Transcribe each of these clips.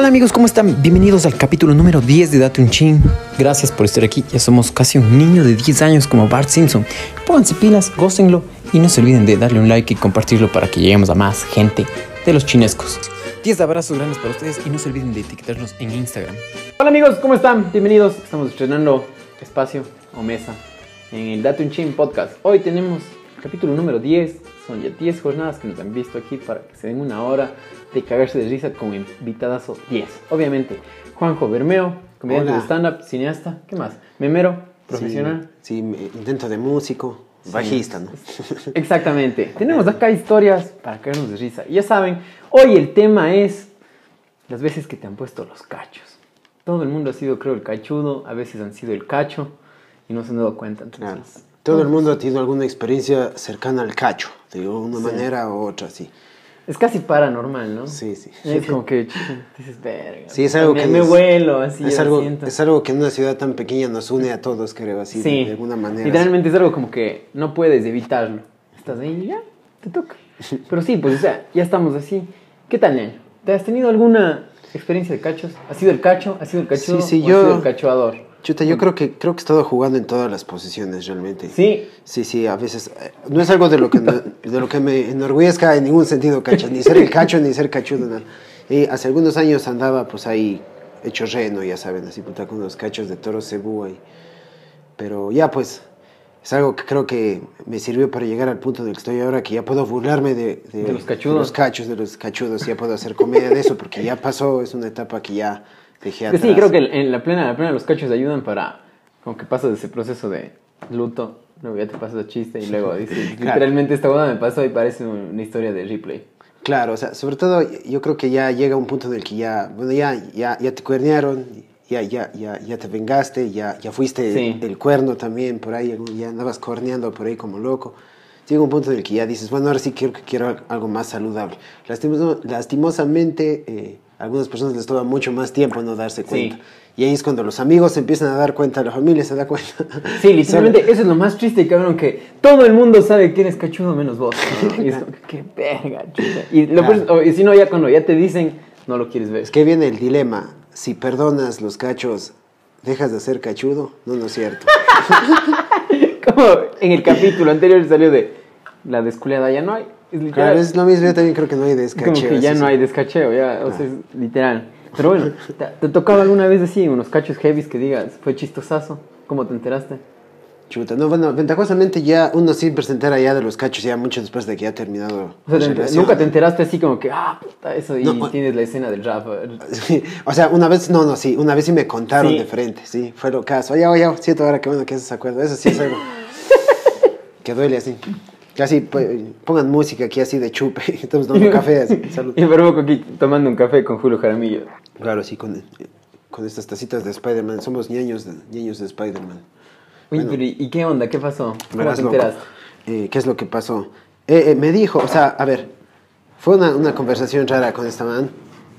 Hola amigos, ¿cómo están? Bienvenidos al capítulo número 10 de Date un Chin. Gracias por estar aquí. Ya somos casi un niño de 10 años como Bart Simpson. Pónganse pilas, gócenlo y no se olviden de darle un like y compartirlo para que lleguemos a más gente de los chinescos. 10 abrazos grandes para ustedes y no se olviden de etiquetarnos en Instagram. Hola amigos, ¿cómo están? Bienvenidos. Estamos estrenando espacio o mesa en el Date un Chin podcast. Hoy tenemos el capítulo número 10. Son ya 10 jornadas que nos han visto aquí para que se den una hora de cagarse de risa con invitadazo 10. Obviamente, Juanjo Bermeo, comediante de stand-up, cineasta, ¿qué más? Memero, profesional. Sí, intento de músico, bajista, ¿no? Exactamente. Tenemos acá historias para caernos de risa. Y ya saben, hoy el tema es las veces que te han puesto los cachos. Todo el mundo ha sido, creo, el cachudo, a veces han sido el cacho y no se han dado cuenta. Entonces, claro. Todo el mundo ha tenido alguna experiencia cercana al cacho, de una manera u otra, sí. Es casi paranormal, ¿no? Sí, sí. Es como que dices, verga. Sí, es algo que me vuelo, así. Es algo que en una ciudad tan pequeña nos une a todos, creo, así, sí, de alguna manera. Literalmente es algo como que no puedes evitarlo. Estás ahí y ya, te toca. Pero sí, pues, o sea, ya estamos así. ¿Qué tal, ñaño? ¿Te has tenido alguna experiencia de cachos? ¿Has sido el cacho? ¿Has sido el cachudo? Sí, ¿O has sido el cachoador? Chuta, yo creo que he estado jugando en todas las posiciones realmente. Sí. Sí, a veces no es algo de lo que me enorgullezca en ningún sentido, cacha, ni ser el cacho ni ser cachudo, nada. Hace algunos años andaba pues ahí hecho reno, ya saben, así puta con unos cachos de toro cebú ahí. Pero ya pues es algo que creo que me sirvió para llegar al punto en el que estoy ahora, que ya puedo burlarme de los cachudos. De los cachudos, ya puedo hacer comedia de eso, porque ya pasó, es una etapa que ya dejé atrás. Sí, creo que en la plena los cachos ayudan para, como que pasas de ese proceso de luto, luego ya te pasas a chiste y luego dices, claro, literalmente esta boda me pasó y parece una historia de replay. Claro, o sea, sobre todo yo creo que ya llega un punto en el que ya te cuernearon, ya te vengaste, ya fuiste el cuerno también por ahí, ya andabas corneando por ahí como loco. Llega un punto en el que ya dices, bueno, ahora sí quiero algo más saludable. Lastimosamente, a algunas personas les toma mucho más tiempo no darse cuenta. Sí. Y ahí es cuando los amigos se empiezan a dar cuenta, la familia se da cuenta. Sí, literalmente eso es lo más triste, cabrón, que todo el mundo sabe quién es cachudo menos vos, ¿no? Y es como, qué verga, chuta. Y si no, ya cuando ya te dicen, no lo quieres ver. Es que viene el dilema, si perdonas los cachos, ¿dejas de ser cachudo? No es cierto. Como en el capítulo anterior salió de la desculeada ya no hay. Es literal. Claro, es lo mismo, yo también creo que no hay descacheo. Como que ya no hay descacheo, ya, o sea, es literal. Pero bueno, ¿te tocaba alguna vez así unos cachos heavies que digas, fue chistosazo? ¿Cómo te enteraste? Chuta, no, bueno, ventajosamente ya uno siempre se entera ya de los cachos ya mucho después de que ya ha terminado. O sea, ¿nunca te enteraste así como que, puta, eso, y no, tienes la escena del rap? Sí, o sea, una vez sí me contaron de frente, sí, fue lo caso. Oye, siento ahora que bueno que eso se acuerda, eso sí es algo que duele así. Casi pongan música aquí así de chupe, estamos tomando café así, salud. Y Berboco aquí tomando un café con Julio Jaramillo. Claro, sí, con estas tacitas de Spider-Man, somos ñaños de Spider-Man. Oye, pero ¿y qué onda? ¿Qué pasó? ¿Cómo te enteraste? ¿Qué es lo que pasó? Me dijo, o sea, a ver, fue una conversación rara con esta man.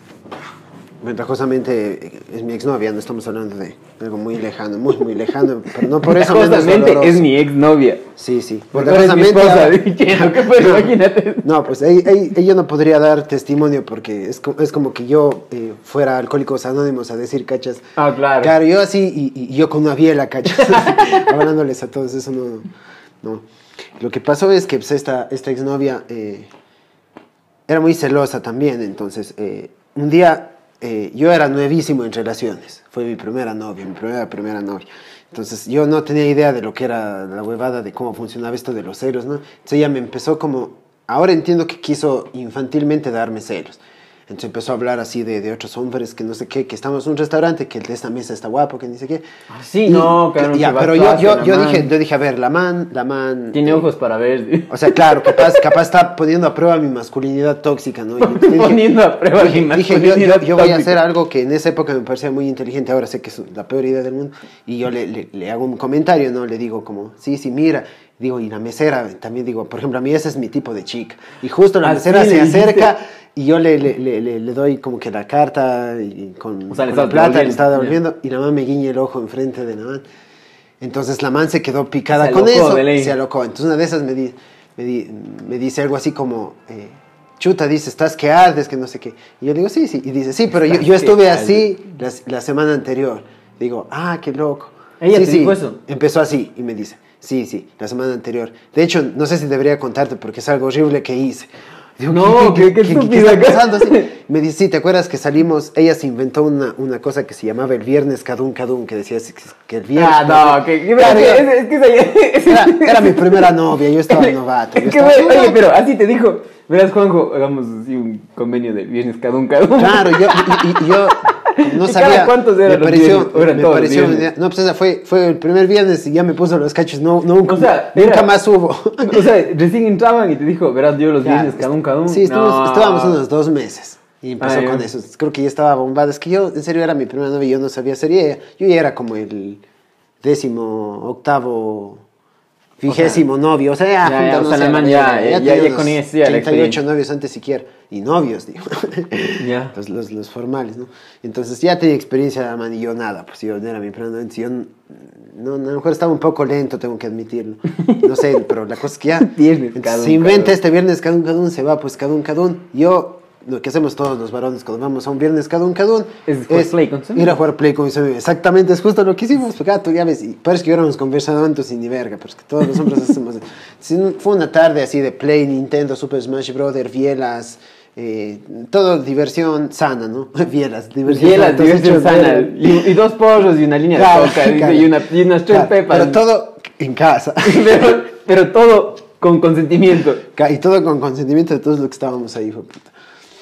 Ventajosamente es mi exnovia, no estamos hablando de algo muy lejano, muy lejano, pero no por eso menos doloroso. Es mi exnovia. Sí. Porque eres mi esposa, ¿qué fue? Imagínate. No, pues ella no podría dar testimonio porque es como que yo fuera Alcohólicos Anónimos a decir, ¿cachas? Ah, claro. Claro, yo así y yo con una biela, ¿cachas? Hablándoles a todos, eso no. Lo que pasó es que pues, esta exnovia era muy celosa también, entonces un día... yo era nuevísimo en relaciones, fue mi primera novia. Entonces yo no tenía idea de lo que era la huevada, de cómo funcionaba esto de los celos, ¿no? Entonces ella me empezó como, ahora entiendo que quiso infantilmente darme celos. Entonces empezó a hablar así de otros hombres, que no sé qué, que estamos en un restaurante, que el de esta mesa está guapo, que ni sé qué. Sí, no, claro. Ya, pero yo dije, a ver, la man... Tiene ojos para ver. O sea, claro, capaz está poniendo a prueba mi masculinidad tóxica, ¿no? Poniendo a prueba mi masculinidad dije, yo voy a hacer algo que en esa época me parecía muy inteligente, ahora sé que es la peor idea del mundo, y yo le hago un comentario, ¿no? Le digo como, sí, mira... Digo, y la mesera, también digo, por ejemplo, a mí ese es mi tipo de chica. Y justo la mesera se acerca y yo le doy como que la carta y con la plata le estaba devolviendo y la man me guiña el ojo enfrente de la man. Entonces la man se quedó picada con eso, se alocó. Entonces una de esas me dice algo así como, chuta, dice, estás que ardes, que no sé qué. Y yo digo, sí, sí. Y dice, sí, pero yo estuve así la semana anterior. Digo, ah, qué loco. ¿Ella sí, te sí. dijo eso? Empezó así y me dice, sí, sí, la semana anterior. De hecho, no sé si debería contarte porque es algo horrible que hice. Digo, No, qué estúpido. está pasando? Sí. Me dice, sí, ¿te acuerdas que salimos? Ella se inventó una cosa que se llamaba el viernes cadún, que decía que el viernes... Ah, no, Claro, es que era mi primera novia, yo estaba novato. Es que, oye, pero así te dijo, verás, Juanjo, hagamos así un convenio de viernes cadún. Claro, yo no ¿Y sabía. cada cuántos eran los viernes? Me Todos pareció viernes. no, pues esa fue el primer viernes y ya me puso los cachos, nunca, O sea, nunca más hubo. O sea, recién entraban y te dijo, verás, yo los viernes cadún. Sí, No. estábamos unos 2 meses. Y empezó Ah, con ya. eso. Creo que ya estaba bombada. Es que yo, en serio, era mi primera novia y yo no sabía ser ella. Yo ya era como el 18º, 20º novio. O sea, ya, Ya, junta, o sea, no sé, la man ya tenía unos conocía la 38 experiencia. novios antes siquiera. Y novios, digo. Ya. Los formales, ¿no? Entonces ya tenía experiencia, man, y yo nada. Pues yo no era mi primera novia. Yo, no, a lo mejor estaba un poco lento, tengo que admitirlo. No sé, pero la cosa es que ya... Viernes entonces, cadún, se inventa cadún. este viernes cadún, se va pues cadún. Yo, lo que hacemos todos los varones cuando vamos a un viernes cadún, Es jugar Play con tus amigos. ir a jugar Play con mis amigos. Exactamente, es justo lo que hicimos. Porque tú ya ves, y parece que hubiéramos conversado antes sin ni verga, pero es que todos los hombres hacemos... Sí, fue una tarde así de Play, Nintendo, Super Smash Bros., bielas... todo diversión sana, ¿no? Diversión sana. Y 2 porros y una línea Claro, de coca claro. y unas 3 Claro, pepas. pero todo en casa. pero todo con consentimiento. Y todo con consentimiento de todos los que estábamos ahí, hijo de puta.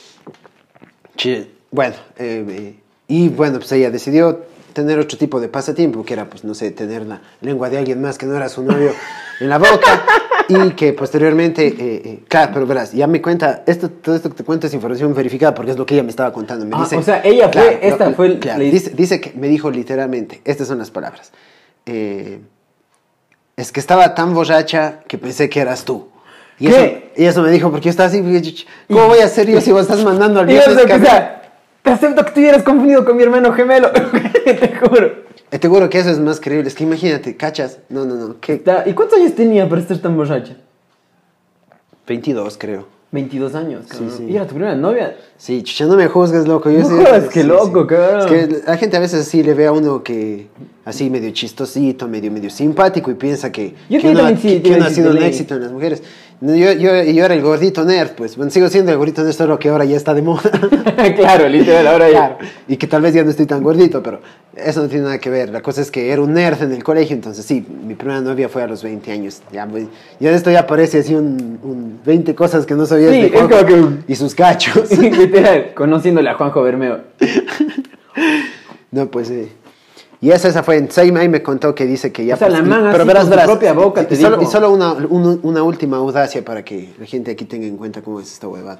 Bueno, y bueno, pues ella decidió tener otro tipo de pasatiempo, que era, pues, no sé, tener la lengua de alguien más que no era su novio en la boca, y que posteriormente, claro, pero verás, ya me cuenta, todo esto que te cuento es información verificada, porque es lo que ella me estaba contando. Me dice, O sea, ella fue, claro, esta fue... claro, dice que me dijo literalmente, estas son las palabras, es que estaba tan borracha que pensé que eras tú. Y eso me dijo, porque yo estaba así, ¿cómo voy a ser yo si vos estás mandando al viernes? O sea, te acepto que tú hubieras confundido con mi hermano gemelo. Te juro. Te juro que eso es más creíble. Es que imagínate, ¿cachas? No. ¿Qué? ¿Y cuántos años tenía para estar tan borracha? 22, creo. 22 años, cabrón. Sí. ¿Y era tu primera novia? Sí, chucha, no me juzgues, loco. Yo No sé, jodas, qué loco, cabrón. Es que la gente a veces sí le ve a uno que así medio chistosito, medio simpático y piensa que Yo uno también sí, ha sí, sido un de ley. éxito en las mujeres. No, yo era el gordito nerd, pues. Bueno, sigo siendo el gordito nerd, solo que ahora ya está de moda. Claro, literal, ahora ya. Claro. Y que tal vez ya no estoy tan gordito, pero eso no tiene nada que ver. La cosa es que era un nerd en el colegio, entonces sí, mi primera novia fue a los 20 años. Ya de esto ya parece así un 20 cosas que no sabías Sí, de es Juanjo como que... y sus cachos. Literal, conociéndole a Juanjo Bermeo. No, pues y esa fue, entonces ahí me contó que dice que ya... O sea, la man pero así con su propia boca te solo, dijo. Y solo una última audacia para que la gente aquí tenga en cuenta cómo es esta huevada.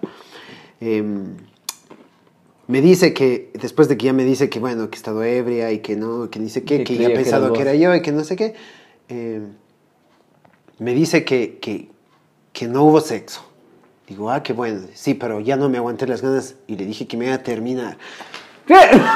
Me dice que, después de que ya me dice que, bueno, que he estado ebria y que no, que ni sé qué, que ya ha pensado que era yo y que no sé qué, me dice que no hubo sexo. Digo, qué bueno. Sí, pero ya no me aguanté las ganas y le dije que me iba a terminar. ¿Qué?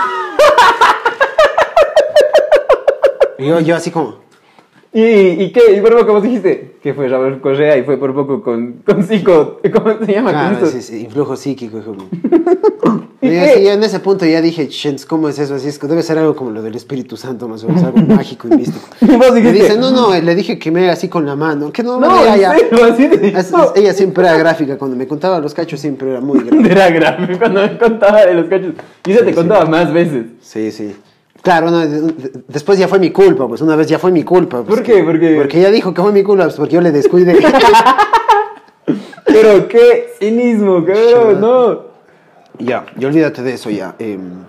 Y yo así como... ¿Y qué? ¿Y por poco cómo dijiste? Que fue Raúl Correa y fue por poco con psico... ¿Cómo se llama? Claro, con esto? sí, influjo psíquico. Hijo. ¿Y Y qué? así, en ese punto ya dije, "Shens, ¿cómo es eso? Así es que debe ser algo como lo del Espíritu Santo, más o menos, algo mágico y místico. Y vos Me dijiste... dice, no, le dije que me haga así con la mano. Que no, No, ya, en ya. serio, así te dijo. Ella siempre era gráfica, cuando me contaba los cachos siempre era muy gráfica. Era grave cuando me contaba de los cachos. Y se te contaba más veces. Sí. Claro, no, después ya fue mi culpa, pues una vez ya fue mi culpa. Pues, ¿Por qué? Porque ella dijo que fue mi culpa, pues porque yo le descuidé. Pero qué cinismo, cabrón, no. Ya, y olvídate de eso ya.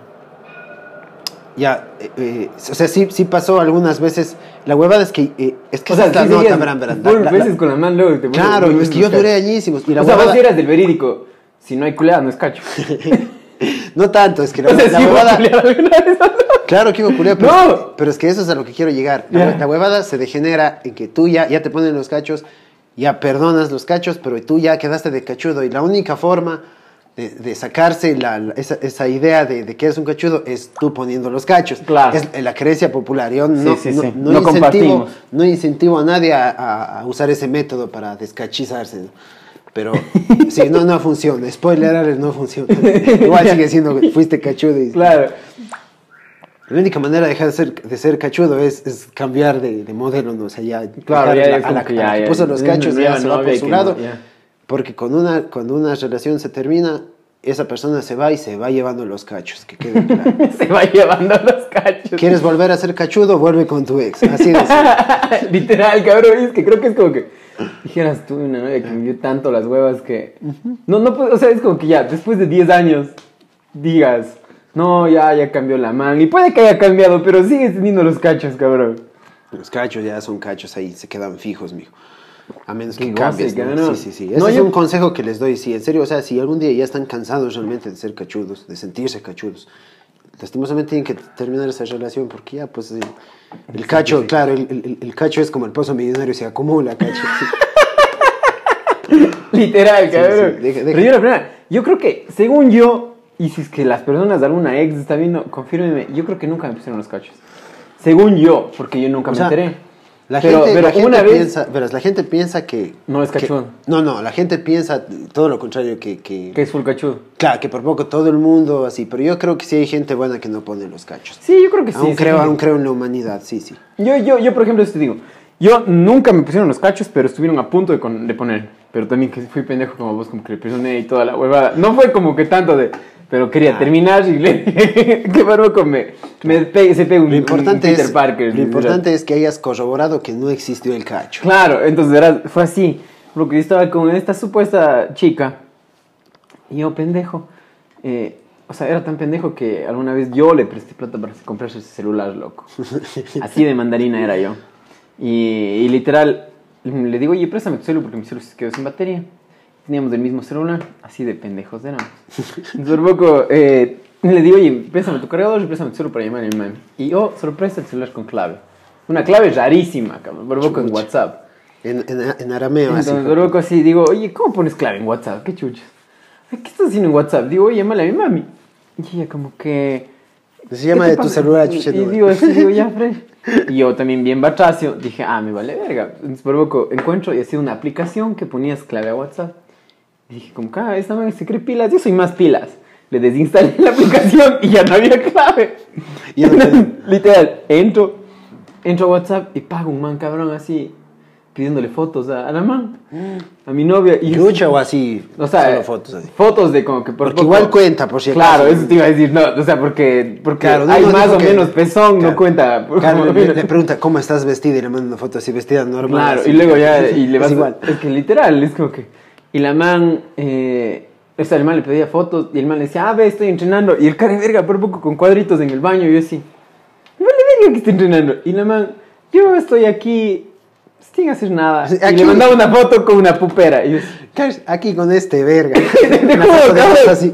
O sea, sí pasó algunas veces. La huevada es que O sea, esta sí nota, seguías verán. por veces con la mano luego te Claro, vuelves es que yo los duré cachos. añísimos. Y la O sea, vos huevada, sí eras del verídico. Si no hay culeada, no es cacho. no tanto, es que O sea, la sí hubo huevada... culeada alguna vez, ¿no? Claro que iba a culiar, pero, No. pero es que eso es a lo que quiero llegar. Ya. La huevada se degenera en que tú ya te ponen los cachos, ya perdonas los cachos, pero tú ya quedaste de cachudo. Y la única forma de sacarse esa idea de que eres un cachudo es tú poniendo los cachos. Claro. Es la creencia popular. Yo no No compartimos. no incentivo a nadie a usar ese método para descachizarse, ¿no? Pero sí, no funciona. Spoiler alert, no funciona. Igual sigue siendo, fuiste cachudo. Claro. La única manera de dejar de ser cachudo es cambiar de modelo, ¿no? O sea, ya... Claro, dejar ya es como que ya, puso los cachos, ya se va por su lado. Ya. Porque cuando una relación se termina, esa persona se va y se va llevando los cachos, que quede claro. Se va llevando los cachos. ¿Quieres volver a ser cachudo? Vuelve con tu ex. Así de simple. Literal, cabrón. Es que creo que es como que dijeras tú, una novia que me dio tanto las huevas que... No puedo, o sea, es como que ya, después de 10 años, digas, no, ya cambió la man. Y puede que haya cambiado, pero sigues teniendo los cachos, cabrón. Los cachos ya son cachos ahí, se quedan fijos, mijo. A menos que Qué cambies, goce, ¿no? cabrón. Sí. Ese es un consejo que les doy, sí, en serio. O sea, si algún día ya están cansados realmente de ser cachudos, de sentirse cachudos, lastimosamente tienen que terminar esa relación porque ya, pues, el cacho, claro, el cacho es como el pozo millonario, se acumula, cacho. Literal, cabrón. Sí, deja. Pero yo la primera, yo creo que, según yo, y si es que las personas de alguna ex están viendo, confírmenme, yo creo que nunca me pusieron los cachos. Según yo, porque yo nunca me enteré. La pero gente una vez piensa, verás, la gente piensa que... No es cachudo. No, la gente piensa todo lo contrario, que es full cachudo. Claro, que por poco todo el mundo así, pero yo creo que sí hay gente buena que no pone los cachos. Sí, yo creo que sí. Aún creo en la humanidad, sí. Yo por ejemplo, te digo, yo nunca me pusieron los cachos, pero estuvieron a punto de poner. Pero también que fui pendejo como vos, como que le presioné y toda la huevada. No fue como que tanto de... Pero quería terminar y le dije que barroco se pega un Peter Parker. Lo importante es que hayas corroborado que no existió el cacho. Claro, entonces fue así. Porque yo estaba con esta supuesta chica y yo pendejo. O sea, era tan pendejo que alguna vez yo le presté plata para comprarse ese celular, loco. Así de mandarina era yo. Y literal, le digo, oye, préstame tu celular porque mi celular se quedó sin batería. Teníamos el mismo celular, así de pendejos éramos. Entonces, por poco, le digo, oye, préstame tu cargador y préstame tu celular para llamar a mi mami. Y yo, sorpresa, el celular con clave. Una clave rarísima, cabrón, por poco en WhatsApp. En arameo, así. Entonces, por poco así, digo, oye, ¿cómo pones clave en WhatsApp? ¿Qué chuchas? ¿Qué estás haciendo en WhatsApp? Digo, oye, llámale a mi mami. Y ella como que... Se llama de tu celular, chucha. Y digo, ya, Fred. Y yo también bien batracio, dije, me vale verga. Entonces, por poco, encuentro y hacía una aplicación que ponías clave a WhatsApp. Y dije, como que, esta man se cree pilas, yo soy más pilas. Le desinstalé la aplicación y ya no había clave. Y literal, entro a WhatsApp y pago un man cabrón así, pidiéndole fotos a la man, a mi novia. Y ¿Lucha o así? O sea, solo fotos así. Fotos de como que porque poco, igual cuenta, por si acaso. Claro, eso te iba a decir, no, o sea, porque claro, hay más o menos pezón, claro, no cuenta. Claro, le pregunta, ¿cómo estás vestida? Y le manda una foto así vestida normal. Claro, así, y luego ya, y le vas igual. Es que literal, es como que... Y la man, el man le pedía fotos y el man le decía, ve, estoy entrenando. Y el cara de verga, por poco con cuadritos en el baño. Y yo así, vale verga que estoy entrenando. Y la man, yo estoy aquí sin hacer nada. Aquí, y le mandaba una foto con una pupera. Y yo así, aquí con este verga. Una foto de así.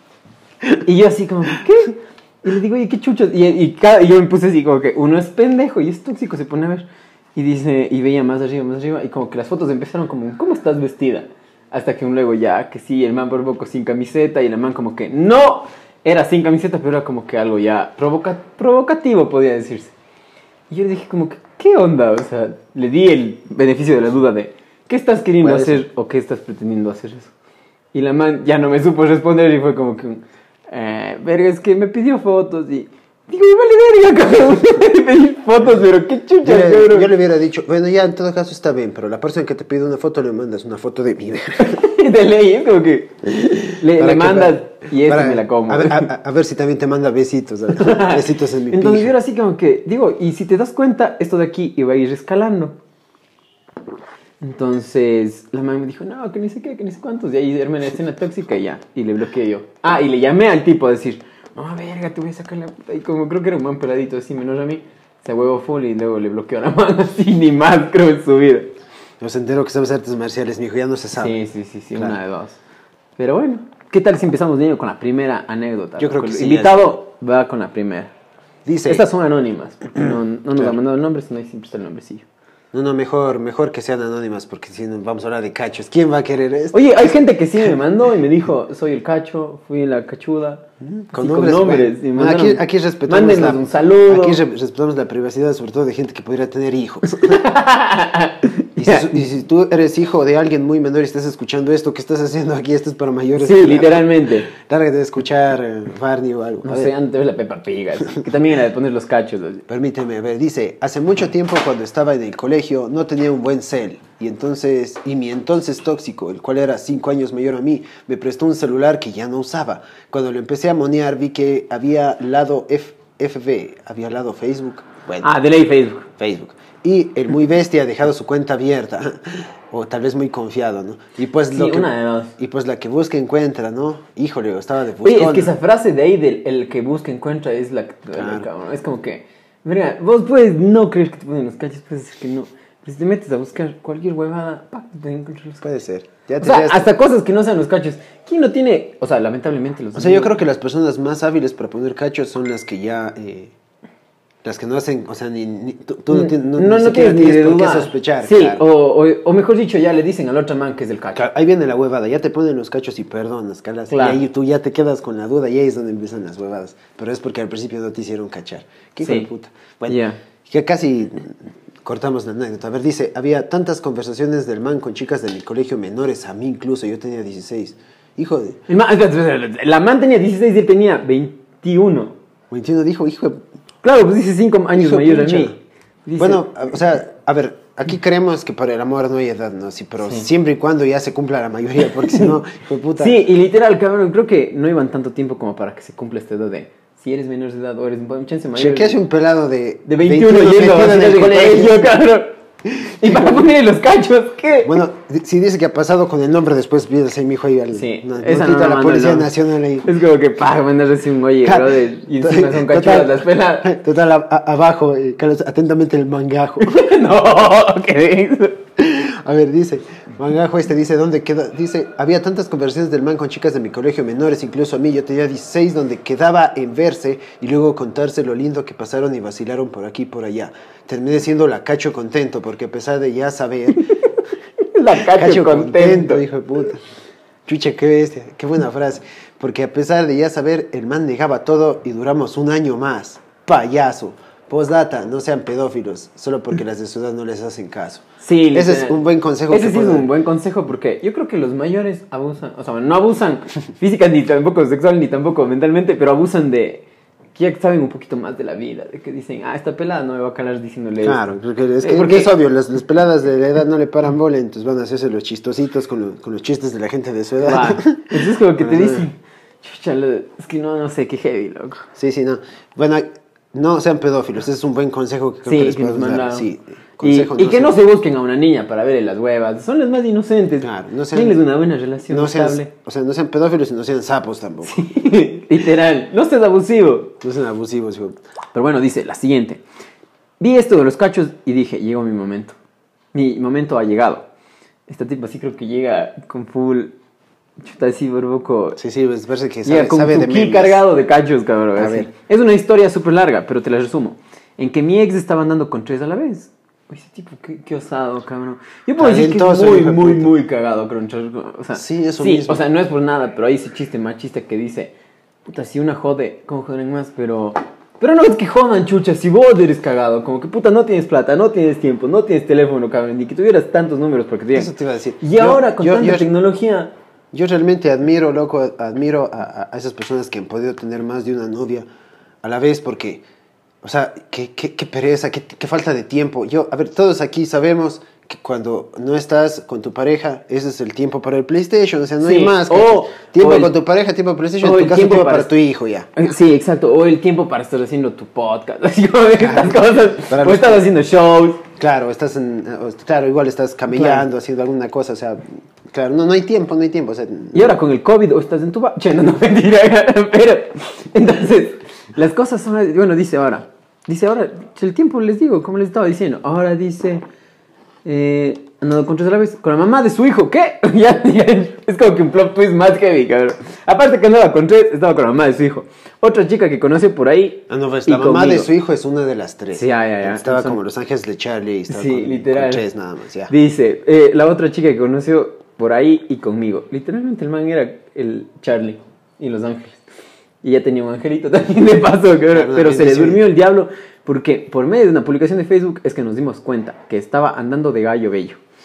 Y yo así como, ¿qué? Y le digo, oye, qué chuchos. Y yo me puse así como que uno es pendejo y es tóxico, se pone a ver. Y dice, y veía más arriba. Y como que las fotos empezaron como, ¿cómo estás vestida? Hasta que luego ya, que sí, el man por poco sin camiseta y el man como que no era sin camiseta, pero era como que algo ya provocativo, podía decirse. Y yo le dije como que, ¿qué onda? O sea, le di el beneficio de la duda de, ¿qué estás queriendo hacer o qué estás pretendiendo hacer eso? Y la man ya no me supo responder y fue como que, verga, es que me pidió fotos y... Digo, vale verga, cabrón, pedir fotos, pero qué chucha, cabrón. Yo le hubiera dicho, bueno, ya en todo caso está bien, pero la persona que te pide una foto le mandas una foto de mi verga. De ley, es como que le mandas y esa me la como. A ver si también te manda besitos, besitos en mi Entonces pija. yo era así como que, digo, y si te das cuenta, esto de aquí iba a ir escalando. Entonces la mamá me dijo, no, que ni sé qué, que ni sé cuántos. Y ahí armé la escena tóxica y ya, y le bloqueé yo. Y le llamé al tipo a decir, no, verga, te voy a sacar la puta. Y como creo que era un man peladito así, menos a mí, se huevo full y luego le bloqueó a la mano así, ni más, creo, en su vida. No se enteró que sabes artes marciales, mijo, ya no se sabe. Sí, claro. Una de dos. Pero bueno, ¿qué tal si empezamos bien con la primera anécdota? Yo creo que el sí. El invitado va con la primera. Dice... Estas son anónimas, porque no nos han mandado el nombre, sino ahí siempre está el nombrecillo. No, mejor que sean anónimas, porque si no vamos a hablar de cachos. ¿Quién va a querer esto? Oye, hay gente que sí me mandó y me dijo, soy el cacho, fui la cachuda. Con nombres. Y aquí respetamos mándenos un saludo. Aquí respetamos la privacidad, sobre todo de gente que pudiera tener hijos. Y si tú eres hijo de alguien muy menor y estás escuchando esto, ¿qué estás haciendo aquí? Esto es para mayores. Sí, literalmente. Lárgate de escuchar Barney o algo. No sé, antes de la Peppa Pig, así, que también era de poner los cachos. Así. Permíteme, a ver, dice, hace mucho tiempo cuando estaba en el colegio no tenía un buen cel y mi entonces tóxico, el cual era 5 años mayor a mí, me prestó un celular que ya no usaba. Cuando lo empecé a monear vi que había lado FB, había lado Facebook. Bueno, De ley Facebook. Facebook. Y el muy bestia ha dejado su cuenta abierta. O tal vez muy confiado, ¿no? Y pues Sí, una de dos. Y pues la que busca encuentra, ¿no? Híjole, estaba de Oye, buscona. es que esa frase de ahí del el que busca encuentra es la que te duele, Claro. cabrón. Es como que, mira, vos puedes no creer que te ponen los cachos, puedes decir que no. Pero si te metes a buscar cualquier huevada, ¡pac! Te encuentras los cachos. Puede ser. Ya O te sea, quedaste- hasta cosas que no sean los cachos. ¿Quién no tiene? O sea, lamentablemente los O sea, yo creo que las personas más hábiles para poner cachos son las que ya... las que no hacen... O sea, tú no tienes... no siquiera tienes ni de por qué duda. sospechar. Sí, claro. o mejor dicho, ya le dicen al otro man que es el cacho. Claro, ahí viene la huevada, ya te ponen los cachos y perdonas, calas. Claro. Y ahí tú ya te quedas con la duda y ahí es donde empiezan las huevadas. Pero es porque al principio no te hicieron cachar. ¿Qué hijo Sí. de puta? Bueno, Ya. que casi cortamos la anécdota. A ver, dice, había tantas conversaciones del man con chicas de mi colegio menores, a mí incluso, yo tenía 16. Hijo de... El man- espera, la man tenía 16 y él tenía 21. 21 dijo, hijo de... Claro, pues dice 5 años hijo de mayor a pincha. mí. Dice- Bueno, o sea, a ver, aquí creemos que para el amor no hay edad, ¿no? Sí, pero Sí. siempre y cuando ya se cumpla la mayoría, porque si no, hijo de puta... Sí, y literal, cabrón, creo que no iban tanto tiempo como para que se cumpla esta edad de si eres menor de edad o eres un chance mayor. Che, ¿qué hace un pelado de 21 yendo metido a en el colegio, cabrón? Y para poner los cachos, ¿qué? Bueno, si dice que ha pasado con el nombre, después pides ahí mi hijo ahí al Sí, no, esa notita no a la la Policía mando, no. Nacional ahí. Es como que, mandarse así un oye, Claro. brother, y encima son cachudas las pelas. Total, abajo, Carlos, atentamente el mangajo. No, ¿qué dices? A ver, dice, mangajo dice, ¿dónde queda? Dice, había tantas conversaciones del man con chicas de mi colegio, menores, incluso a mí, yo tenía 16, donde quedaba en verse y luego contarse lo lindo que pasaron y vacilaron por aquí y por allá. Terminé siendo la cacho contento, porque a pesar de ya saber... La cacho contento. hijo de puta. Chucha, qué bestia, qué buena frase. Porque a pesar de ya saber, el man negaba todo y duramos un año más. Payaso. Postdata, no sean pedófilos, solo porque las de su edad no les hacen caso. Sí, Ese literal. es un buen consejo. Ese que sí es puedo un dar. buen consejo porque yo creo que los mayores abusan, o sea, no abusan física ni tampoco sexual ni tampoco mentalmente, pero abusan de que ya saben un poquito más de la vida, de que dicen, esta pelada no me va a calar diciéndole Claro, esto. porque es, que Porque- es obvio, las peladas de la edad no le paran bola, entonces van a hacerse los chistositos con los chistes de la gente de su edad. Va. Entonces es como que te Ajá. dicen, chucha, es que no sé, qué heavy, loco. Sí, sí, no. Bueno, no sean pedófilos, ese es un buen consejo que creo que Sí, les que nos podemos dar. mandaron. Sí, Y consejo, que no sean- se busquen a una niña para verle las huevas. Son las más inocentes. Claro, no sean- Denles una buena relación no sean, estable. o sea, no sean pedófilos y no sean sapos tampoco. Literal. No seas abusivo. No sean abusivos, hijo. Pero bueno, dice la siguiente. Vi esto de los cachos y dije, llegó mi momento. Mi momento ha llegado. Esta tipa sí creo que llega con full... Chuta, así, borboco. Sí, sí, pues parece que Llega sabe, con sabe su de ki memes. cargado de cachos, cabrón. A así. ver. Es una historia súper larga, pero te la resumo. En que mi ex estaba andando con 3 a la vez. Uy, ese tipo, qué osado, cabrón. Yo puedo decir que es Talentoso, muy, hijo de muy, puta. muy cagado con 3. O sea, Sí, eso mismo. o sea, no es por nada, pero hay ese chiste machista que dice, puta, si una jode, ¿cómo joden más? Pero no es que jodan, chucha, si vos eres cagado, como que puta, no tienes plata, no tienes tiempo, no tienes teléfono, cabrón, ni que tuvieras tantos números para que te digan. Eso te iba a decir. Y ahora, con tanta tecnología... Yo realmente admiro, loco, admiro a esas personas que han podido tener más de una novia a la vez porque, o sea, qué pereza, qué falta de tiempo. A ver, todos aquí sabemos que cuando no estás con tu pareja, ese es el tiempo para el PlayStation, o sea, no Sí, hay más. o Tiempo el- con tu pareja, tiempo para PlayStation, o en el tu caso tiempo tiempo para- para tu hijo ya. Sí, exacto. O el tiempo para estar haciendo tu podcast. Así como estas cosas. Para O los- estar haciendo shows. Claro, claro, igual estás camellando, haciendo alguna cosa, o sea, claro, no hay tiempo, o sea, Y ahora con el COVID o estás en tu... Che, no, mentira. Pero, entonces, las cosas son... Bueno, dice ahora, el tiempo les digo, como les estaba diciendo. Ahora dice... andando con 3 a la vez, con la mamá de su hijo. ¿Qué? Ya, es como que un plot twist más heavy, cabrón. Aparte que andaba con 3, estaba con la mamá de su hijo. Otra chica que conoció por ahí. no, pues, y la mamá de conmigo. su hijo es una de las 3. Sí, ya. Estaba Son- como Los Ángeles de Charlie, y estaba Sí, con literal. 3 nada más, ya. Dice, la otra chica que conoció por ahí y conmigo. Literalmente el man era el Charlie y Los Ángeles. Y ya tenía un angelito también de paso, cabrón. Claro, Pero se le sí. durmió el diablo porque por medio de una publicación de Facebook es que nos dimos cuenta que estaba andando de gallo bello.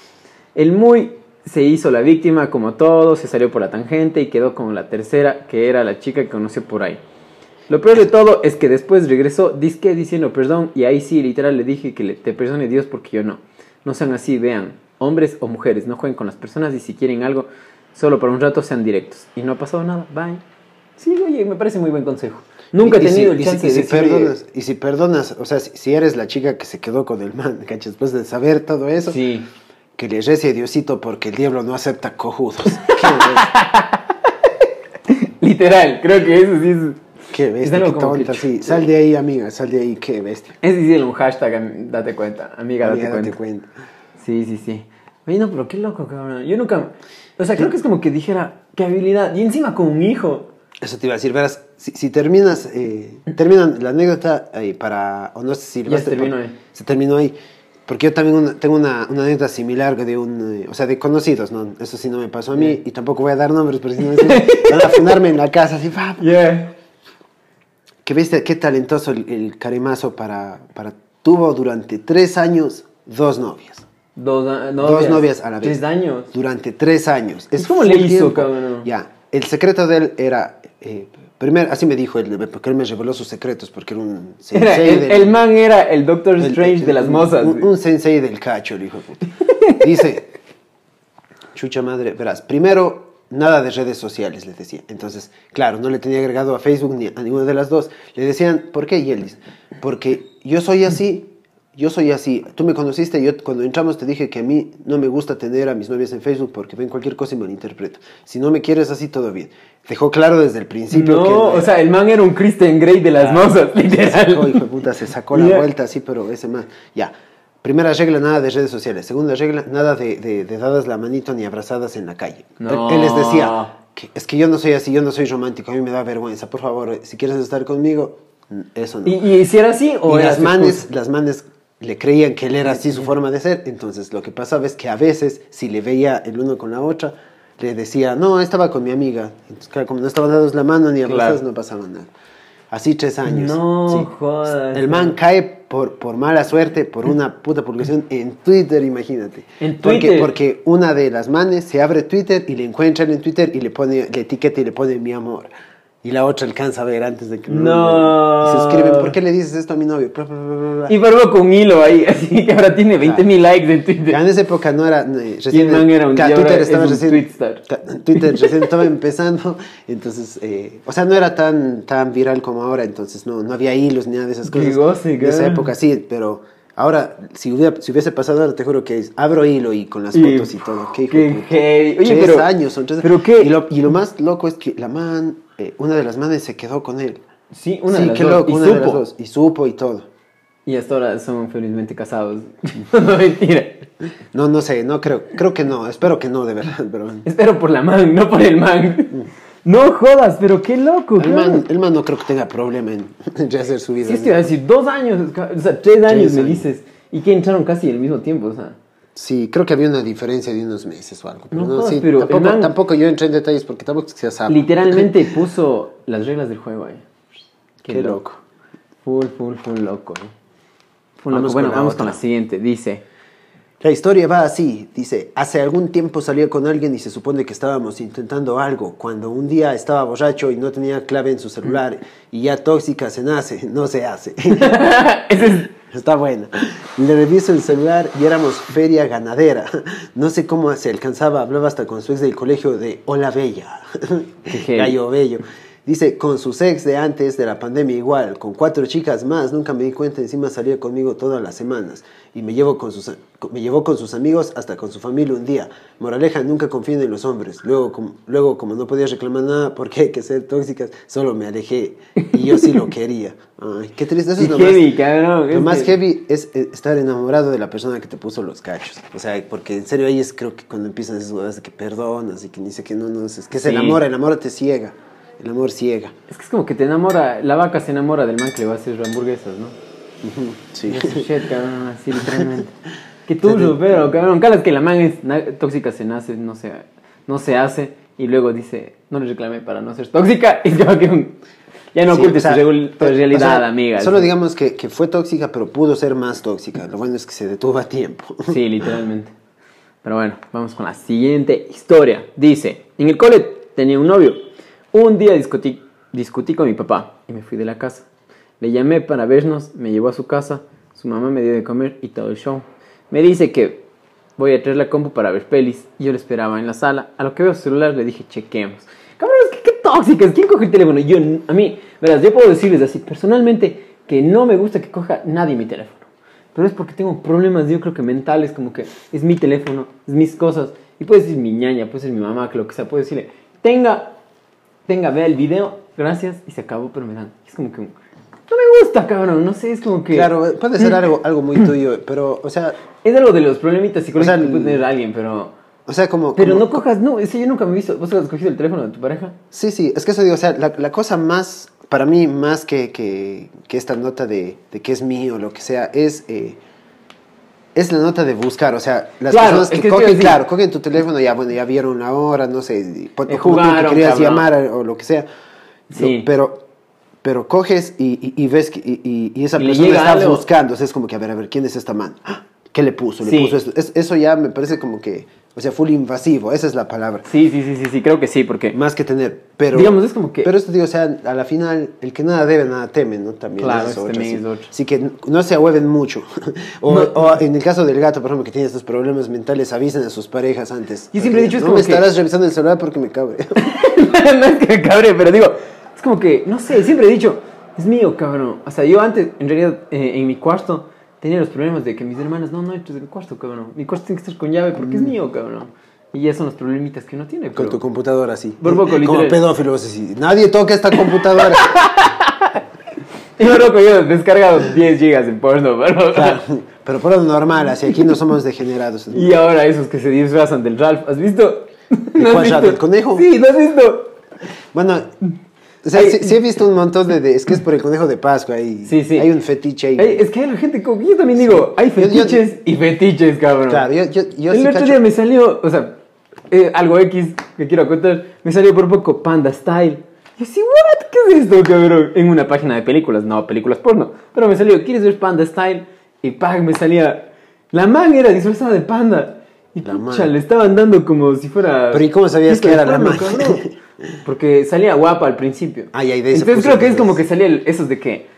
El muy se hizo la víctima como todo, se salió por la tangente y quedó con la tercera, que era la chica que conoció por ahí. Lo peor de todo es que después regresó, dizque diciendo perdón, y ahí sí, literal, le dije que te perdone Dios porque yo no. No sean así, vean, hombres o mujeres, no jueguen con las personas y si quieren algo, solo por un rato sean directos. Y no ha pasado nada, bye. Sí, oye, me parece muy buen consejo. Nunca he tenido el chance de decirle... Y si perdonas, o sea, si eres la chica que se quedó con el man, ¿cachai? Después de saber todo eso, sí. Que le rece a Diosito porque el diablo no acepta cojudos. Literal, creo que eso sí es... Qué bestia, qué tonta, sí. Sal de ahí, amiga, sal de ahí, qué bestia. Es decir, un hashtag, date cuenta, amiga, date cuenta. Sí. Oye, no, pero qué loco, cabrón. Yo nunca... O sea, creo que es como que dijera, qué habilidad. Y encima con un hijo. Eso te iba a decir, verás, si terminas, terminan la anécdota para... O no sé si... Ya se terminó ahí. Se terminó ahí. Porque yo también tengo una anécdota similar de o sea, de conocidos, ¿no? Eso sí no me pasó a mí, y tampoco voy a dar nombres, pero si no van a funarme en la casa, así, ¡pap! Yeah. Qué bestia, qué talentoso el caremazo tuvo durante 3 años 2 novias. Dos novias a la vez. 3 años. Durante 3 años. ¿Cómo le hizo, cabrón? Ya, el secreto de él era... primero, así me dijo él, porque él me reveló sus secretos, porque era un sensei el man era el Doctor Strange de las mozas. Un sensei del cacho, el hijo de puta. Dice, chucha madre, verás, primero, nada de redes sociales, les decía. Entonces, claro, no le tenía agregado a Facebook ni a ninguna de las dos. Le decían, ¿por qué? Y él dice, porque yo soy así. Tú me conociste, yo cuando entramos te dije que a mí no me gusta tener a mis novias en Facebook porque ven cualquier cosa y malinterpreto. Si no me quieres así, todo bien. Dejó claro desde el principio que... No, o sea, el man era un Christian Grey de las mozas, literal. Hijo de puta, se sacó la vuelta así, pero ese man... Ya. Primera regla, nada de redes sociales. Segunda regla, nada de dadas la manito ni abrazadas en la calle. No. Él les decía, es que yo no soy así, yo no soy romántico, a mí me da vergüenza. Por favor, si quieres estar conmigo, eso no. ¿Y si era así o y era las manes le creían que él era así su forma de ser. Entonces lo que pasaba es que a veces, si le veía el uno con la otra, le decía, no, estaba con mi amiga. Entonces, claro, como no estaban dados la mano ni abrazados, no pasaba nada. Así 3 años. No, sí. jodas. El man cae por mala suerte, por una puta publicación en Twitter, imagínate. ¿En Twitter? Porque una de las manes se abre Twitter y le encuentra en Twitter y le etiqueta y le pone mi amor. Y la otra alcanza a ver antes de que... No. Y se escriben, ¿por qué le dices esto a mi novio? Bla, bla, bla, bla. Y formó con un hilo ahí, así que ahora tiene 20,000 likes en Twitter. En esa época no era... Y el man era un... Twitter estaba recién... Twitstar. Twitter recién estaba empezando, entonces... o sea, no era tan viral como ahora, entonces no había hilos ni nada de esas cosas. Goce, de esa época sí, pero... Ahora, si hubiese pasado ahora, te juro que abro hilo y con las fotos y todo. Qué hijo de puta. Oye, 3 años, son 3 ¿pero qué? Y lo más loco es que la man, una de las manes se quedó con él. Sí, una de las qué dos. loco, Y una supo. de las dos. Y supo y todo. Y hasta ahora son felizmente casados. No, mentira. No sé, no creo que no, espero que no, de verdad. Pero... Espero por la man, no por el man. No jodas, pero qué loco. El man no creo que tenga problema en rehacer su vida. Sí, te iba a decir, 2 años, o sea, 3 años me dices. Y que entraron casi al mismo tiempo, o sea. Sí, creo que había una diferencia de unos meses o algo. Pero No, sí, pero tampoco yo entré en detalles porque tampoco se sabe. Literalmente puso las reglas del juego ahí. Qué loco. Full loco. Bueno, vamos con la siguiente. Dice... La historia va así, dice, hace algún tiempo salía con alguien y se supone que estábamos intentando algo, cuando un día estaba borracho y no tenía clave en su celular y ya tóxica se nace, no se hace. Está buena. Le reviso el celular y éramos feria ganadera. No sé cómo se alcanzaba, hablaba hasta con su ex del colegio de Hola Bella, Gallo Bello. Dice, con sus ex de antes de la pandemia igual, con 4 chicas más, nunca me di cuenta, encima salía conmigo todas las semanas. Y me llevó con sus amigos hasta con su familia un día. Moraleja, nunca confíen en los hombres. Luego, como no podía reclamar nada porque hay que ser tóxicas, solo me alejé. Y yo sí lo quería. Ay, qué triste. Eso es lo heavy, cabrón. Lo más heavy es estar enamorado de la persona que te puso los cachos. O sea, porque en serio ahí es creo que cuando empiezan esas cosas de que perdonas y que dice que no, es que es el amor te ciega. El amor ciega. Es que es como que te enamora, la vaca se enamora del man que le va a hacer hamburguesas, ¿no? Sí. Y ese shit, cabrón, así literalmente. Qué tuyo, pero cabrón, cada vez que la man es tóxica se nace, no se hace, y luego dice, no le reclamé para no ser tóxica, y como que ya no ocultes tu realidad, amiga. Solo digamos que fue tóxica, pero pudo ser más tóxica. Lo bueno es que se detuvo a tiempo. Sí, literalmente. Pero bueno, vamos con la siguiente historia. Dice, en el cole tenía un novio. Un día discutí con mi papá y me fui de la casa. Le llamé para vernos, me llevó a su casa, su mamá me dio de comer y todo el show. Me dice que voy a traer la compu para ver pelis y yo le esperaba en la sala. A lo que veo su celular le dije, chequemos. Cabrón, es que qué tóxicas, ¿quién coge el teléfono? A mí, verás, yo puedo decirles así, personalmente, que no me gusta que coja nadie mi teléfono. Pero es porque tengo problemas, yo creo que mentales, como que es mi teléfono, es mis cosas. Y puede ser mi ñaña, puede ser mi mamá, que lo que sea, puede decirle, tenga, vea el video, gracias, y se acabó, pero me dan. Es como que, no me gusta, cabrón, no sé, es como que... Claro, puede ser algo muy tuyo, pero, o sea... Es algo de los problemitas psicológicos que puede tener alguien, pero... O sea, como... Pero no cojas, no, ese yo nunca me he visto. ¿Vos has cogido el teléfono de tu pareja? Sí, es que eso digo, o sea, la cosa más, para mí, más que esta nota de que es mío o lo que sea, es la nota de buscar, o sea, las personas que cogen tu teléfono, ya vieron la hora, no sé, jugaron, tú querías cabrón. llamar o lo que sea, Sí. pero coges y ves que y esa Y le persona llega está algo. buscando, o sea, es como que, a ver, ¿quién es esta man? ¿Qué le puso? Le Sí. puso esto. Eso ya me parece como que, o sea, full invasivo, esa es la palabra. Sí, creo que sí, porque... Más que tener, pero... Digamos, es como que... Pero esto digo, o sea, a la final, el que nada debe, nada teme, ¿no? También Claro, es eso otra, también sí. es otro. Así que no se ahueven mucho. No. O en el caso del gato, por ejemplo, que tiene estos problemas mentales, avisen a sus parejas antes. Yo siempre he dicho, es no como me que- estarás revisando el celular porque me cabre. No es que me cabre, pero digo, es como que, no sé, siempre he dicho, es mío, cabrón. O sea, yo antes, en realidad, en mi cuarto, tenía los problemas de que mis hermanas, no entres en mi cuarto, cabrón. Mi cuarto tiene que estar con llave porque es mío, cabrón. Y ya son los problemitas que uno tiene, Con pero... tu computadora, así. Por poco, Como literal. pedófilo, vos así. Nadie toca esta computadora. Yo loco, yo he descargado 10 gigas en porno, pero... Claro, pero por lo normal, así aquí no somos degenerados. Y ahora esos que se disfrazan del Ralph, ¿has visto? ¿De ¿No has cuál visto? Ralph? ¿El conejo? Sí, ¿no has visto? Bueno, o sea, sí he visto un montón es que es por el conejo de Pascua. Sí. Hay un fetiche ahí. Es que hay la gente, como yo también digo, hay fetiches y fetiches, cabrón. Claro, yo El sí otro cacho. día me salió, o sea, algo X que quiero contar, me salió por poco Panda Style. Y así, what, ¿qué es esto, cabrón? En una página de películas, no películas porno. Pero me salió, ¿quieres ver Panda Style? Y pag, me salía, la man era disfrazada de panda. Y La pucha, man. le estaban dando como si fuera... Pero ¿y cómo sabías tipo que de era la porno, man? cabrón? Porque salía guapa al principio. Ah, y ahí de ahí se Entonces puso creo que es pues. como que salía esos de que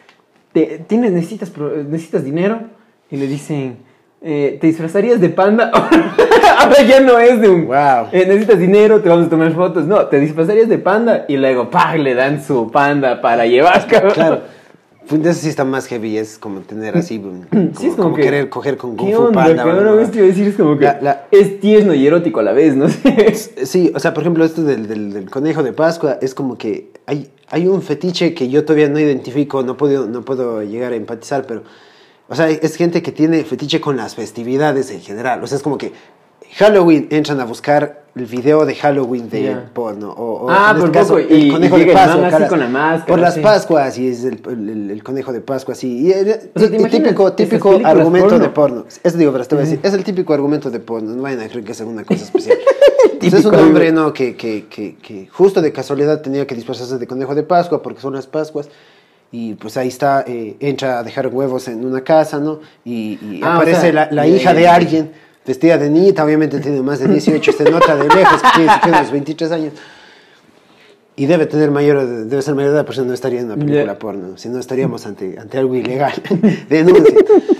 necesitas dinero y le dicen, ¿te disfrazarías de panda? Ahora ya no es de un... Wow. necesitas dinero, te vamos a tomar fotos. No, te disfrazarías de panda y luego ¡pah! Le dan su panda para llevar, cabrón. Claro. Eso sí está más heavy, es como tener así, Sí, es como que... querer coger con Kung ¿Qué Fu onda, Panda. cabrón? ¿no? Esto iba a decir, es como que es tierno y erótico a la vez, ¿no? Sí, o sea, por ejemplo, esto del conejo de Pascua es como que hay un fetiche que yo todavía no identifico, no puedo llegar a empatizar, pero, o sea, es gente que tiene fetiche con las festividades en general. O sea, es como que Halloween entran a buscar el video de Halloween de Ya. porno. O Ah, en este por caso, poco, el y conejo de llega el Pascua. man así con la máscara, por las sí. Pascuas, y es el conejo de Pascua, así. Y, O sea, ¿te y imaginas típico esas películas argumento porno? de porno. Eso digo, pero te voy a decir, es el típico argumento de porno. No vayan a creer que es alguna cosa especial. Entonces, es un Típico hombre, ¿no? Que justo de casualidad tenía que disfrazarse de conejo de Pascua porque son las Pascuas. Y pues ahí está, entra a dejar huevos en una casa, ¿no? Y Ah, aparece o sea, la hija de alguien, vestida de niñita, obviamente tiene más de 18, se nota de lejos que tiene siquiera unos 23 años. Y debe ser mayor de edad, pues no estaría en una película Ya. porno, si no estaríamos ante algo ilegal. Denuncia.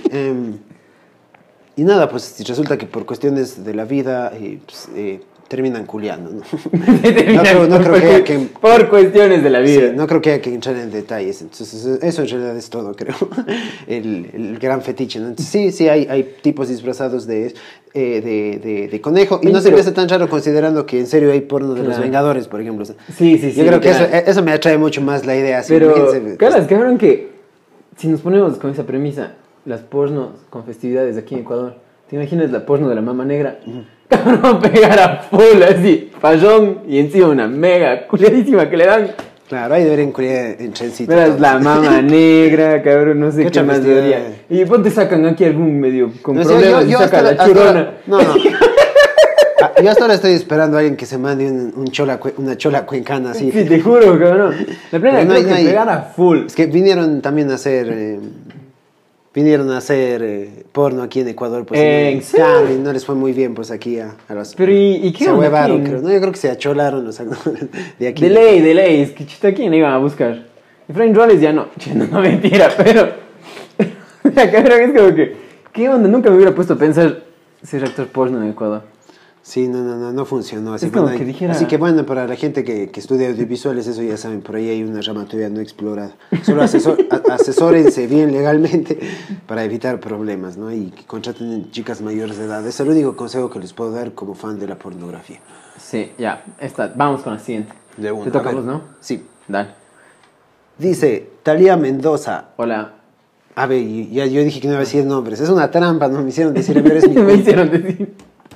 Y nada, pues si resulta que por cuestiones de la vida terminan culiando, ¿no? No creo que haya que... Por cuestiones de la vida. Sí, no creo que haya que entrar en detalles. Entonces, eso en realidad es todo, creo. El gran fetiche, ¿no? Entonces, sí, hay tipos disfrazados de conejo. Y Oye, no se pero- me hace tan raro considerando que en serio hay porno de los Claro. Vengadores, por ejemplo. O sea, Sí, yo creo que literal. eso me atrae mucho más la idea. Así, Pero, imagínense, caras, cabrón, que si nos ponemos con esa premisa, las pornos con festividades aquí en Ecuador, ¿te imaginas la porno de la mama negra? Cabrón, pegar a full así, fallón y encima una mega culiadísima que le dan. Claro, ahí deberían culiar en trencito. Verás todo. la mama negra, cabrón, no sé ¿Qué qué otra más festividad? debería. Y ponte sacan aquí algún medio con No sé, problemas y yo saca la hasta churona. no. Yo hasta ahora estoy esperando a alguien que se mande una chola cuencana así. Sí, te juro, cabrón. La plena Pero no creo hay- que pegar a full. Es que vinieron también a hacer vinieron a hacer porno aquí en Ecuador, pues ¿En serio? claro, y no les fue muy bien, pues aquí a los... Pero ¿y qué se onda huevaron, aquí? creo. No, yo creo que se acholaron los actores de aquí. De ley, es que chuta, ¿quién iban a buscar? Efraín Roles ya no, che, no, mentira, pero... Cabrón, es como que, ¿qué onda? Nunca me hubiera puesto a pensar ser actor porno en Ecuador. Sí, no funcionó. Así, Es como bueno, que dijera- así que bueno, para la gente que estudia audiovisuales, eso ya saben, por ahí hay una rama todavía no explorada. Solo asesórense bien legalmente para evitar problemas, ¿no? Y que contraten chicas mayores de edad. Es el único consejo que les puedo dar como fan de la pornografía. Sí, ya, vamos con la siguiente. De una. Te toca A a ver. vos, ¿no? Sí. Dale. Dice Talía Mendoza. Hola. A ver, ya yo dije que no iba a decir nombres. Es una trampa, no me hicieron decir, pero es mi Me culpa. hicieron decir.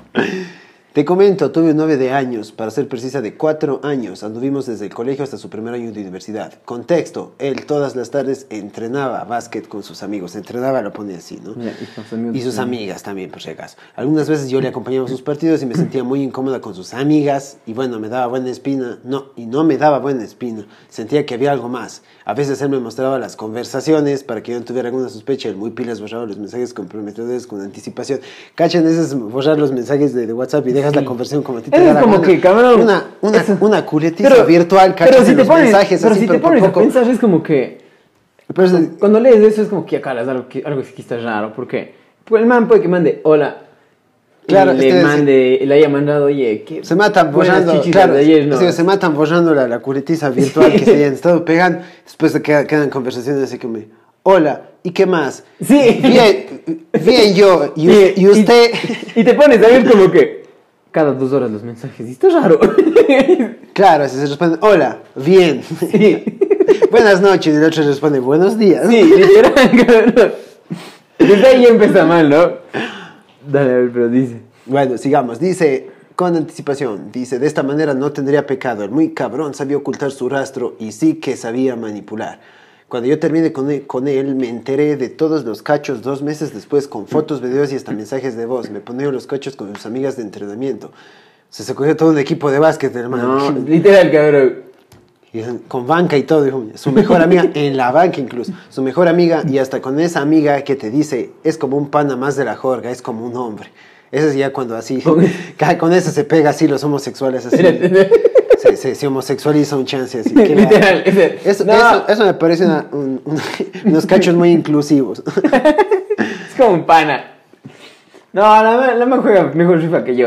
Te comento, tuve un novio de años, para ser precisa de 4 años. Anduvimos desde el colegio hasta su primer año de universidad. Contexto, él todas las tardes entrenaba básquet con sus amigos. Entrenaba, lo pone así, ¿no? Ya, y con sus amigos Y sus también. amigas también, por si acaso. Algunas veces yo le acompañaba a sus partidos y me sentía muy incómoda con sus amigas. Y bueno, me daba buena espina. No me daba buena espina. Sentía que había algo más. A veces él me mostraba las conversaciones para que yo no tuviera alguna sospecha. El muy pilas borraba los mensajes comprometedores con anticipación. Cachen, ese es borrar los mensajes de WhatsApp y dejas la conversación como a ti te Eso da es la como gana. que, cabrón, Una culetiza virtual, cachas, pero si en te los pones, mensajes. pero así, si te por pones a poco. pensar es como que Pero es- cuando lees eso es como que acá algo que está raro, porque pues el man puede que mande hola. Claro, Y le haya mandado, oye, ¿qué? Se matan buenas borrando, chichis claro, de ayer, ¿no? sí, se matan borrando la culetiza virtual que se hayan estado pegando. Después quedan conversaciones así como, hola, ¿y qué más? Sí. Bien yo, y, Sí, y usted... Y te pones a ver como que cada 2 horas los mensajes, y está raro. Claro, así se responde, hola, bien. Sí, Buenas noches, y el otro responde, buenos días. sí, literal, cabrón. Desde ahí ya empieza mal, ¿no? Dale, a ver, pero dice. Bueno, sigamos. Dice, con anticipación, dice, de esta manera no tendría pecado. El muy cabrón sabía ocultar su rastro y sí que sabía manipular. Cuando yo terminé con él, me enteré de todos los cachos 2 meses después, con fotos, videos y hasta mensajes de voz. Me ponía los cachos con sus amigas de entrenamiento. Se cogió todo un equipo de básquet, hermano. No, literal, cabrón. Y con banca y todo, dijo, su mejor amiga, en la banca incluso, su mejor amiga, y hasta con esa amiga que te dice, es como un pana más de la jorga, es como un hombre. Eso es ya cuando así, con eso se pega así los homosexuales, así, se homosexualiza un chance, así. que Literal, eso me parece unos cachos muy inclusivos. Es como un pana. No, la man juega mejor rifa que yo.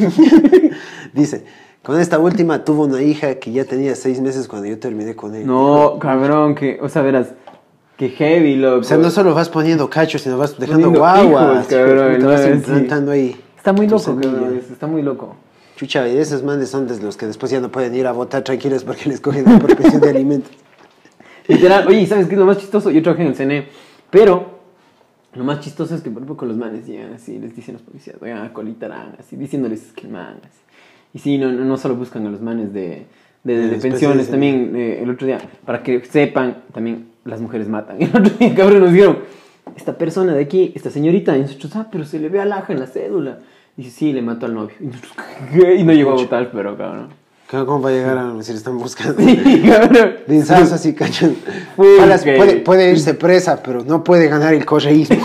Dice, con esta última tuvo una hija que ya tenía 6 meses cuando yo terminé con él. No, cabrón, que, o sea, verás, que heavy, loco. O sea, no solo vas poniendo cachos, sino vas dejando Poniendo guaguas, hijos, cabrón, te vas no, sí. implantando ahí. Está muy tu loco, semilla. cabrón, está muy loco. Chucha, y esos manes son de los que después ya no pueden ir a votar tranquilos porque les cogen por pensión de alimentos. Literal, oye, ¿sabes qué es lo más chistoso? Yo trabajé en el CNE, pero lo más chistoso es que por ejemplo con los manes llegan así, les dicen los policías, oigan, colitarán, así, diciéndoles que el man, así. Y sí, no solo buscan a los manes de pensiones, también el otro día, para que sepan, también las mujeres matan. El otro día, cabrón, nos dijeron, esta persona de aquí, esta señorita, y nosotros, pero se le ve alhaja en la cédula. Dice, sí, le mató al novio. Y nosotros, ¿qué? Y no llegó a votar, pero cabrón. ¿Cómo va a llegar a decir están buscando? Sí, cabrón. De insanos así, cachan. Full Ojalá gay. puede irse presa, pero no puede ganar el correísmo.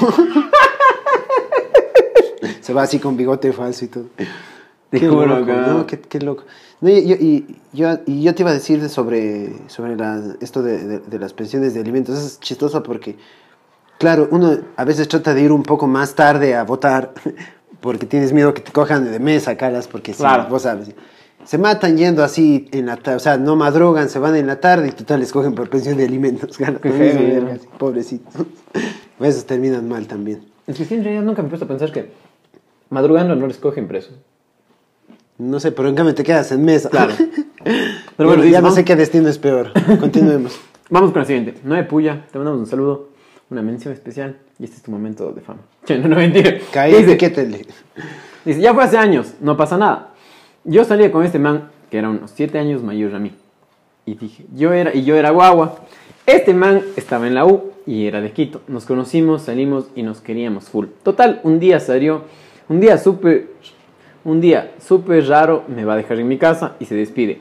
Se va así con bigote falso y todo. Te Qué juro, loco, cabrón. ¿no? Qué loco. No, yo te iba a decir sobre esto de las pensiones de alimentos. Es chistoso porque, claro, uno a veces trata de ir un poco más tarde a votar porque tienes miedo que te cojan de mesa, calas, porque Claro. sí, vos sabes. Se matan yendo así en la tarde, o sea, no madrugan, se van en la tarde y total les cogen por pensión de alimentos. Ganas, Qué lo mismo, heavy, verga, ¿no? así, pobrecitos. A veces terminan mal también. Es que sí, en realidad nunca me he puesto a pensar que madrugando no les cogen presos. No sé, pero en cambio te quedas en mesa. Claro. Pero bueno, ya no sé qué destino es peor. Continuemos. Vamos con la siguiente. Noé Puya, te mandamos un saludo, una mención especial y este es tu momento de fama. Che, no, mentira. Caí, ¿qué te Dice, ya fue hace años, no pasa nada. Yo salía con este man, que era unos 7 años mayor a mí. Y dije, yo era guagua. Este man estaba en la U y era de Quito. Nos conocimos, salimos y nos queríamos full. Total, un día súper raro, me va a dejar en mi casa y se despide.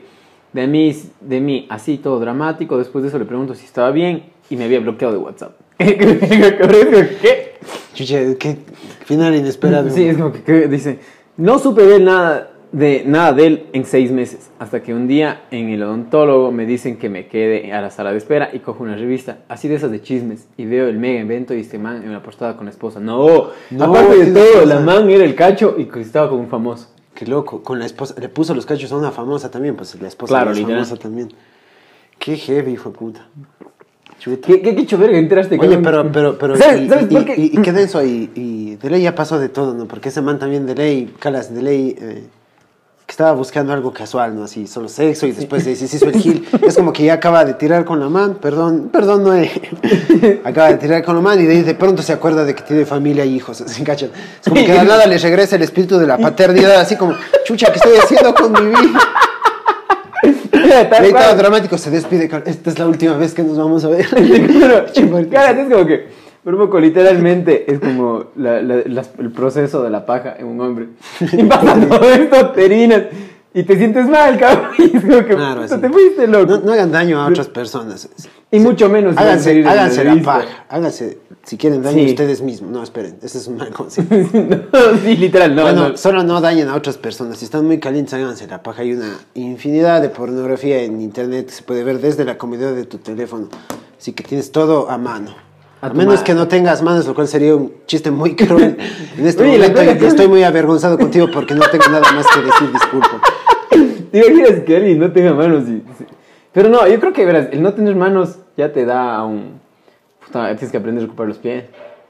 de mí, así todo dramático. Después de eso le pregunto si estaba bien y me había bloqueado de WhatsApp. ¿Qué? Chuche, qué final inesperado. Sí, es como que dice, no supe ver nada de él en 6 meses, hasta que un día en el odontólogo me dicen que me quede a la sala de espera y cojo una revista, así de esas de chismes, y veo el mega evento y este man en la portada con la esposa. No, aparte de todo, la man era el cacho y estaba con un famoso. Qué loco, con la esposa, le puso los cachos a una famosa también, pues la esposa Claro, es literal. famosa también. Qué heavy, hijo de puta. Chuta. ¿Qué hecho verga enteraste? Oye, cabrón? pero ¿Sabes por qué? y qué denso, y de ley ya pasó de todo, ¿no? Porque ese man también de ley, Calas, de ley, que estaba buscando algo casual, ¿no? Así, solo sexo, y después se hizo el gil. Es como que ya acaba de tirar con la man, perdón, Noé. Acaba de tirar con la man y de pronto se acuerda de que tiene familia y hijos, ¿se cachan? Es como que de nada le regresa el espíritu de la paternidad, así como, chucha, ¿qué estoy haciendo con mi vida? Y todo dramático, se despide. Esta es la última vez que nos vamos a ver. Claro, es como que, por un poco, literalmente, es como el proceso de la paja en un hombre. Y pasa todo esto, te orinas y te sientes mal, cabrón. Y es como que, claro, te fuiste, loco. No hagan daño a otras personas. Y mucho menos. Háganse la paja. Háganse, si quieren, daño ustedes mismos. No, esperen, ese es un mal consejo. No, sí, literal, no. Bueno, no. solo no dañen a otras personas. Si están muy calientes, háganse la paja. Hay una infinidad de pornografía en internet que se puede ver desde la comodidad de tu teléfono. Así que tienes todo a mano. A menos que no tengas manos, lo cual sería un chiste muy cruel. En este momento estoy muy avergonzado contigo porque no tengo nada más que decir, disculpa. ¿Te imaginas que alguien no tenga manos? Pero no, yo creo que, verás, el no tener manos ya te da a un... Puta, tienes que aprender a ocupar los pies.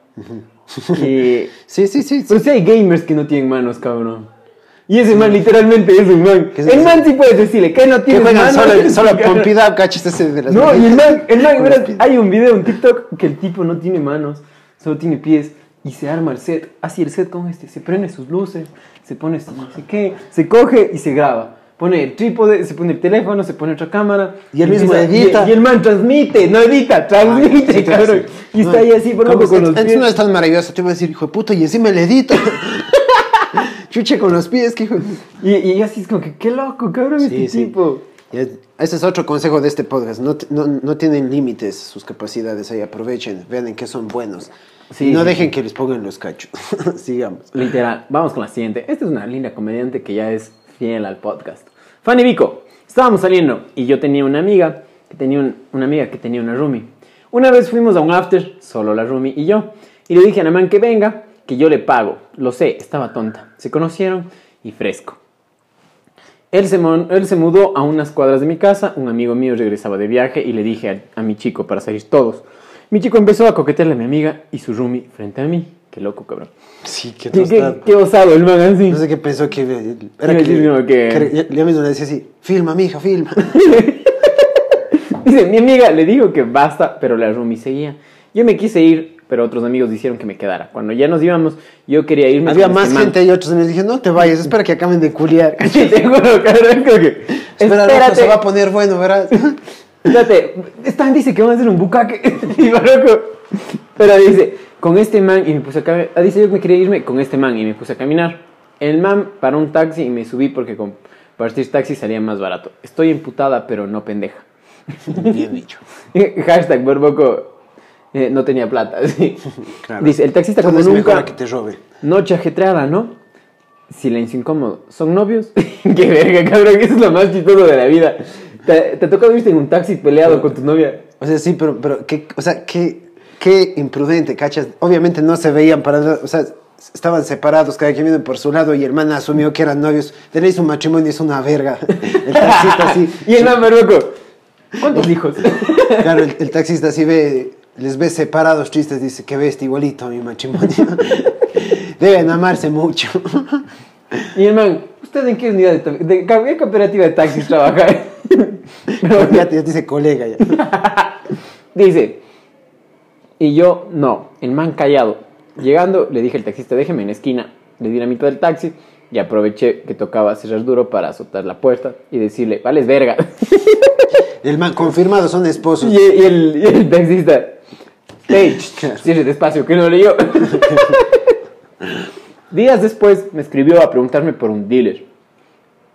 Y... Sí. Pero sí hay gamers que no tienen manos, cabrón. Y ese man literalmente es un man. El man sí puedes decirle que no tiene manos. Solo pump it up, cachas ese de las no, y el man, verás, hay un video en TikTok que el tipo no tiene manos, solo tiene pies. Y se arma el set, así el set con se prende sus luces, se pone no sé qué, se coge y se graba. Pone el trípode, se pone el teléfono, se pone otra cámara. Y él mismo edita. Y el man transmite, no edita, transmite, sí, cabrón. Sí. Y está ahí así, por ejemplo, con los pies. No es tan maravilloso, te iba a decir, hijo de puta, y encima le edita. Chuche con los pies, que hijo de puta. Y así es como que, qué loco, cabrón, este tipo. Ese es otro consejo de este podcast. No tienen límites sus capacidades ahí, aprovechen, vean en qué son buenos. Sí, y no dejen que les pongan los cachos. Sigamos. Literal, vamos con la siguiente. Esta es una linda comediante que ya es fiel al podcast. Fanny Vico, estábamos saliendo y yo tenía una amiga que tenía una roomie. Una vez fuimos a un after, solo la roomie y yo, y le dije a la man que venga, que yo le pago. Lo sé, estaba tonta. Se conocieron y fresco. Él se mudó a unas cuadras de mi casa, un amigo mío regresaba de viaje y le dije a mi chico para salir todos. Mi chico empezó a coquetearle a mi amiga y su roomie frente a mí. Qué loco, cabrón. Sí, qué tostado. Qué osado el man así. No sé qué pensó que... Yo mismo le decía así, filma, mija, filma. Dice, mi amiga le dijo que basta, pero la roomie seguía. Yo me quise ir, pero otros amigos dijeron que me quedara. Cuando ya nos íbamos, yo quería irme. Había más gente y otros amigos dijeron, no te vayas, espera que acaben de culiar. Sí, te juro, cabrón, creo que... Espera, se va a poner bueno, verás. Espérate, Stan dice que van a hacer un bucaque. Y loco. Pero dice, con este man, y me puse a caminar. Dice, yo me quería irme con este man, y me puse a caminar. El man paró un taxi y me subí porque compartir taxi salía más barato. Estoy emputada, pero no pendeja. Bien dicho. Hashtag, por poco, no tenía plata. ¿Sí? Claro. Dice, el taxista Todo como es nunca... mejor que te robe. Noche ajetreada, ¿no? Silencio incómodo. ¿Son novios? Qué verga, cabrón, eso es lo más chistoso de la vida. ¿Te ha tocado irte en un taxi peleado con tu novia? O sea, sí, pero qué imprudente, ¿cachas? Obviamente no se veían para nada, o sea, estaban separados, cada quien viene por su lado y el man asumió que eran novios. De ley su matrimonio es una verga. El taxista así. Y el man loco, ¿cuántos hijos? Claro, el taxista así les ve separados, tristes, dice, qué bestia, igualito a mi matrimonio. Deben amarse mucho. Y el man, ¿usted en qué unidad de qué cooperativa de taxis trabaja? Pero ya te dice colega ya. Dice, y yo, no, el man callado. Llegando, le dije al taxista, déjeme en la esquina. Le di la mitad del taxi y aproveché que tocaba cerrar duro para azotar la puerta y decirle, vales verga. El man, confirmado, son esposos. Y el taxista, hey, cierre despacio, que no leyó. Días después me escribió a preguntarme por un dealer.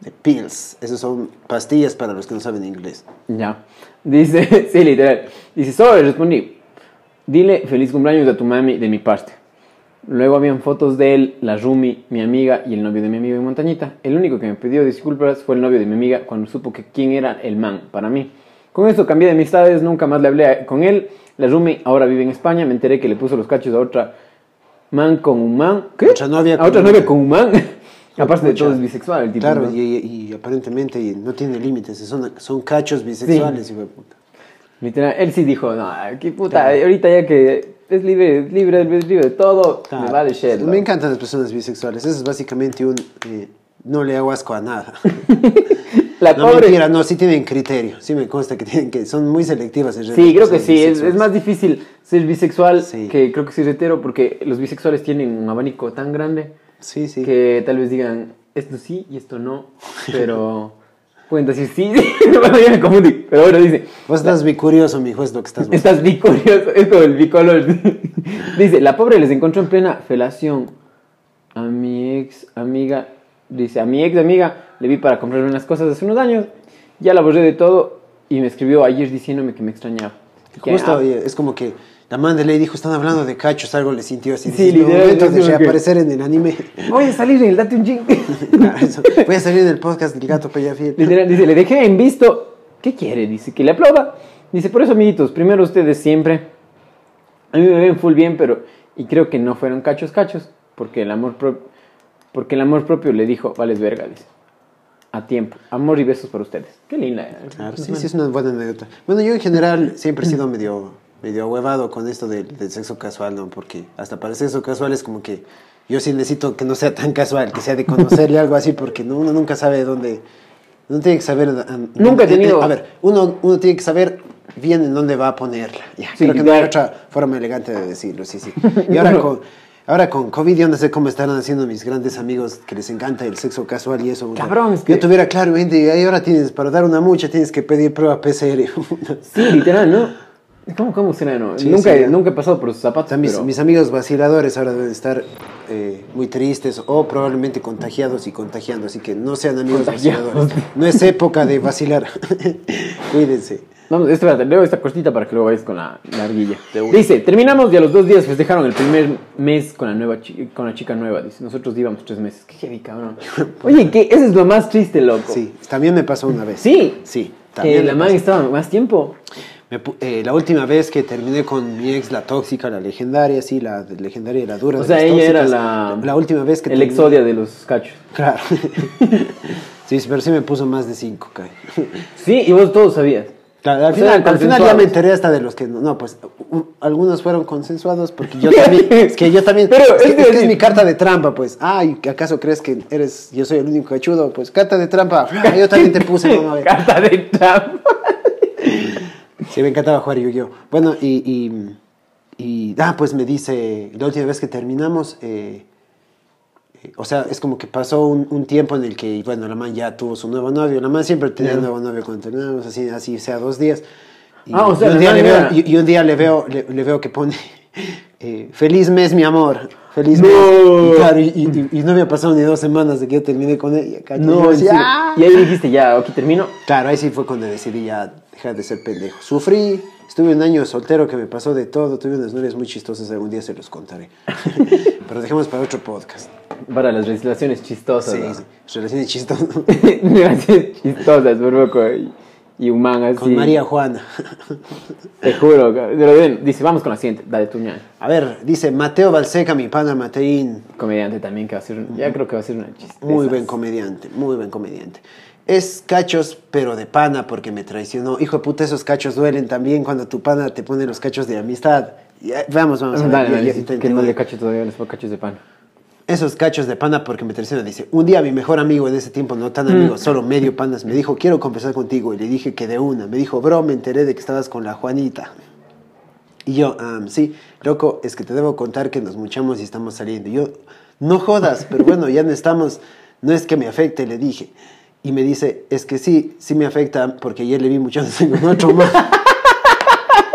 De pills. Esas son pastillas para los que no saben inglés. Ya. Dice, sí, literal. Dice, sobre, respondí. Dile feliz cumpleaños a tu mami de mi parte. Luego habían fotos de él, la Rumi, mi amiga y el novio de mi amigo en Montañita. El único que me pidió disculpas fue el novio de mi amiga cuando supo que quién era el man para mí. Con eso cambié de amistades, nunca más le hablé con él. La Rumi ahora vive en España. Me enteré que le puso los cachos a otra man con un man. ¿Qué? Otra novia a otra novia con un man. Aparte de todo es bisexual el tipo. Claro, y aparentemente no tiene límites. Son cachos bisexuales, Sí. hijo de puta. Literal, él sí dijo, no, qué puta, ahorita ya que es libre de todo, Claro. me va de shit. Me encantan las personas bisexuales. Eso es básicamente un... no le hago asco a nada. La No, pobre... mentira, no, sí tienen criterio. Sí me consta que son muy selectivas. En realidad, Sí, creo que las sí, personas es más difícil ser bisexual Sí. que creo que ser hetero, porque los bisexuales tienen un abanico tan grande Sí, sí. que tal vez digan, esto sí y esto no, pero pueden decir sí, bueno, ya me confundí, pero bueno, dice... Vos estás bicurioso, mijo, es lo que estás... Estás bicurioso, es como el bicolor. Dice, la pobre les encontró en plena felación a mi ex amiga. Dice, a mi ex amiga le vi para comprarle unas cosas hace unos años. Ya la borré de todo y me escribió ayer diciéndome que me extrañaba. Que, Justo, oye, es como que la man de ley dijo, están hablando de cachos, algo le sintió así. Sí, Dices, "Mi literal, momento es de como que- reaparecer en el anime. voy a salir en el Date un Chin. Claro, eso. Voy a salir en el podcast del gato Pellafiel. Literal, dice, le dejé en visto. ¿Qué quiere? Dice, que le aplauda. Dice, por eso, amiguitos, primero ustedes siempre. A mí me ven full bien, pero... Y creo que no fueron cachos, porque el amor propio le dijo, vales verga, dice. A tiempo. Amor y besos para ustedes. Qué linda. Claro, sí, sí, es una buena anécdota. Bueno, yo en general siempre he sido medio ahuevado con esto del sexo casual, ¿no? Porque hasta para el sexo casual es como que yo sí necesito que no sea tan casual, que sea de conocer y algo así, porque uno nunca sabe dónde... Uno tiene que saber... Nunca he tenido... A ver, uno tiene que saber bien en dónde va a ponerla. Ya, Sí, creo que no hay claro. otra forma elegante de decirlo, sí, sí. Y ahora con COVID yo no sé cómo estarán haciendo mis grandes amigos que les encanta el sexo casual y eso. Cabrón, es que- Yo tuviera claro, gente, y ahora tienes, para dar una mucha tienes que pedir prueba PCR. Sí, literal, ¿no? ¿Cómo será, no? Sí, nunca, sí, nunca he pasado por sus O zapatos, sea, mis, pero... mis amigos vaciladores ahora deben estar muy tristes o probablemente contagiados y contagiando, así que no sean amigos Contagiados. vaciladores. No es época de vacilar. Cuídense. Vamos, espérate, leo esta cortita para que luego vayas con la larguilla. Dice, terminamos y a los 2 días festejaron el primer mes con la chica nueva. Dice, nosotros íbamos 3 meses. Qué heavy, cabrón. Oye, que eso es lo más triste, loco. Sí, también me pasó una vez. Sí. Sí, Que también la me man pasó. estaba más tiempo. La última vez que terminé con mi ex, la tóxica, la legendaria, sí, la legendaria y la dura. O de sea, las ella era tóxicas. La última vez que el terminé- exodia de los cachos. Claro. Sí, pero sí me puso más de 5, Kai. Sí, y vos todos sabías. Claro, al O sea, final ya me consensuados. enteré hasta de los que no, pues algunos fueron consensuados porque yo también, es que yo también, Pero, es que sí. es mi carta de trampa, pues, ay, ¿acaso crees que yo soy el único cachudo? Pues carta de trampa, yo también te puse, mamá, a ver. Carta de trampa. Sí, me encantaba jugar Yu-Gi-Oh. Bueno, pues me dice, la última vez que terminamos, o sea, es como que pasó un tiempo en el que, bueno, la man ya tuvo su nuevo novio. La man siempre tenía nuevo novio cuando terminamos, así sea 2 días. Y, O sea, y un día la le man veo, era- y un día le veo que pone, feliz mes, mi amor. Feliz No. mes. Y claro, y no había pasado ni 2 semanas de que yo terminé con ella. cacho. Y yo No, en decía, serio. "Ah". Y ahí dijiste, ya, aquí termino. Claro, ahí sí fue cuando decidí ya dejar de ser pendejo. Sufrí, estuve un año soltero que me pasó de todo, tuve unas novias muy chistosas, algún día se los contaré. Pero dejemos para otro podcast. Para las relaciones chistosas. Sí, ¿no? sí, relaciones chistosas. Relaciones chistosas, por loco. Y humanas. así. Con María Juana. Te juro. Pero bien, dice, vamos con la siguiente. Dale tu ña. A ver, dice Mateo Balseca, mi pana Mateín. Comediante también, que va a ser. Ya creo que va a ser una chiste. Muy buen comediante, muy buen comediante. Es cachos, pero de pana porque me traicionó. Hijo de puta, esos cachos duelen también cuando tu pana te pone los cachos de amistad. Vamos a ver. Dale, ya- dale, ya sí, te que no entendí. le cacho todavía, les pongo cachos de pan. Esos cachos de pana porque me traiciona. Dice, un día mi mejor amigo en ese tiempo, no tan amigo, solo medio panas, me dijo, quiero conversar contigo. Y le dije que de una. Me dijo, bro, me enteré de que estabas con la Juanita. Y yo, sí, loco, es que te debo contar que nos muchamos y estamos saliendo. Y yo, no jodas, pero bueno, ya no estamos, no es que me afecte, le dije. Y me dice, es que sí me afecta porque ayer le vi muchándose con otro más.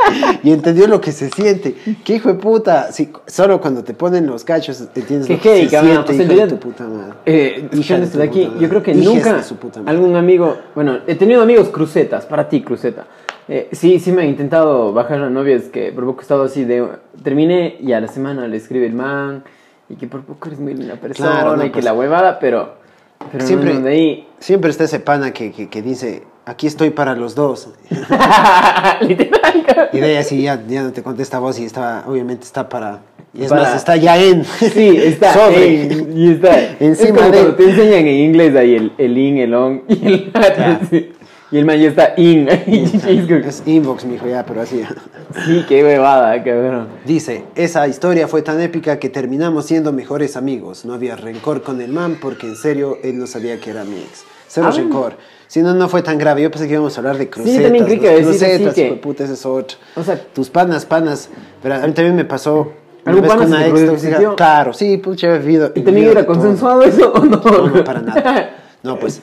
y entendió lo que se siente. ¿Qué hijo de puta? Sí, solo cuando te ponen los cachos entiendes lo que se siente, hijo de tu puta madre. Hija de aquí, puta yo creo que madre. nunca De su puta madre. algún amigo, bueno, he tenido amigos crucetas, para ti cruceta. Sí me han intentado bajar a novias que por poco he estado así de, terminé y a la semana le escribe el man y que por poco eres muy buena persona, Claro, no, y que pues, la huevada, pero siempre, no, de ahí. siempre está ese pana que dice, aquí estoy para los dos. Literal, cabrón. Y de ahí así ya no te contesta vos y está, obviamente está para... Y es Para- más, está ya en... Sí, está Sobre. y está Encima es como de- cuando te enseñan en inglés ahí el in, el on y el sí. Y el man ya está in. Es inbox, mijo, ya, pero así. Sí, qué huevada, cabrón. Dice, esa historia fue tan épica que terminamos siendo mejores amigos. No había rencor con el man porque en serio él no sabía que era mi ex. Cero Ah. rencor. Si no, no fue tan grave. Yo pensé que íbamos a hablar de crucetas. yo también creí que iba a decir así crucetas, que- hijo de puta, ese es otro. O sea, Tus panas. Verá, a mí también me pasó una ¿algún vez pana con se una te ex existió? tóxica. Claro, sí, pucha, he vivido. ¿y también era consensuado eso o no? No, para nada. No, pues,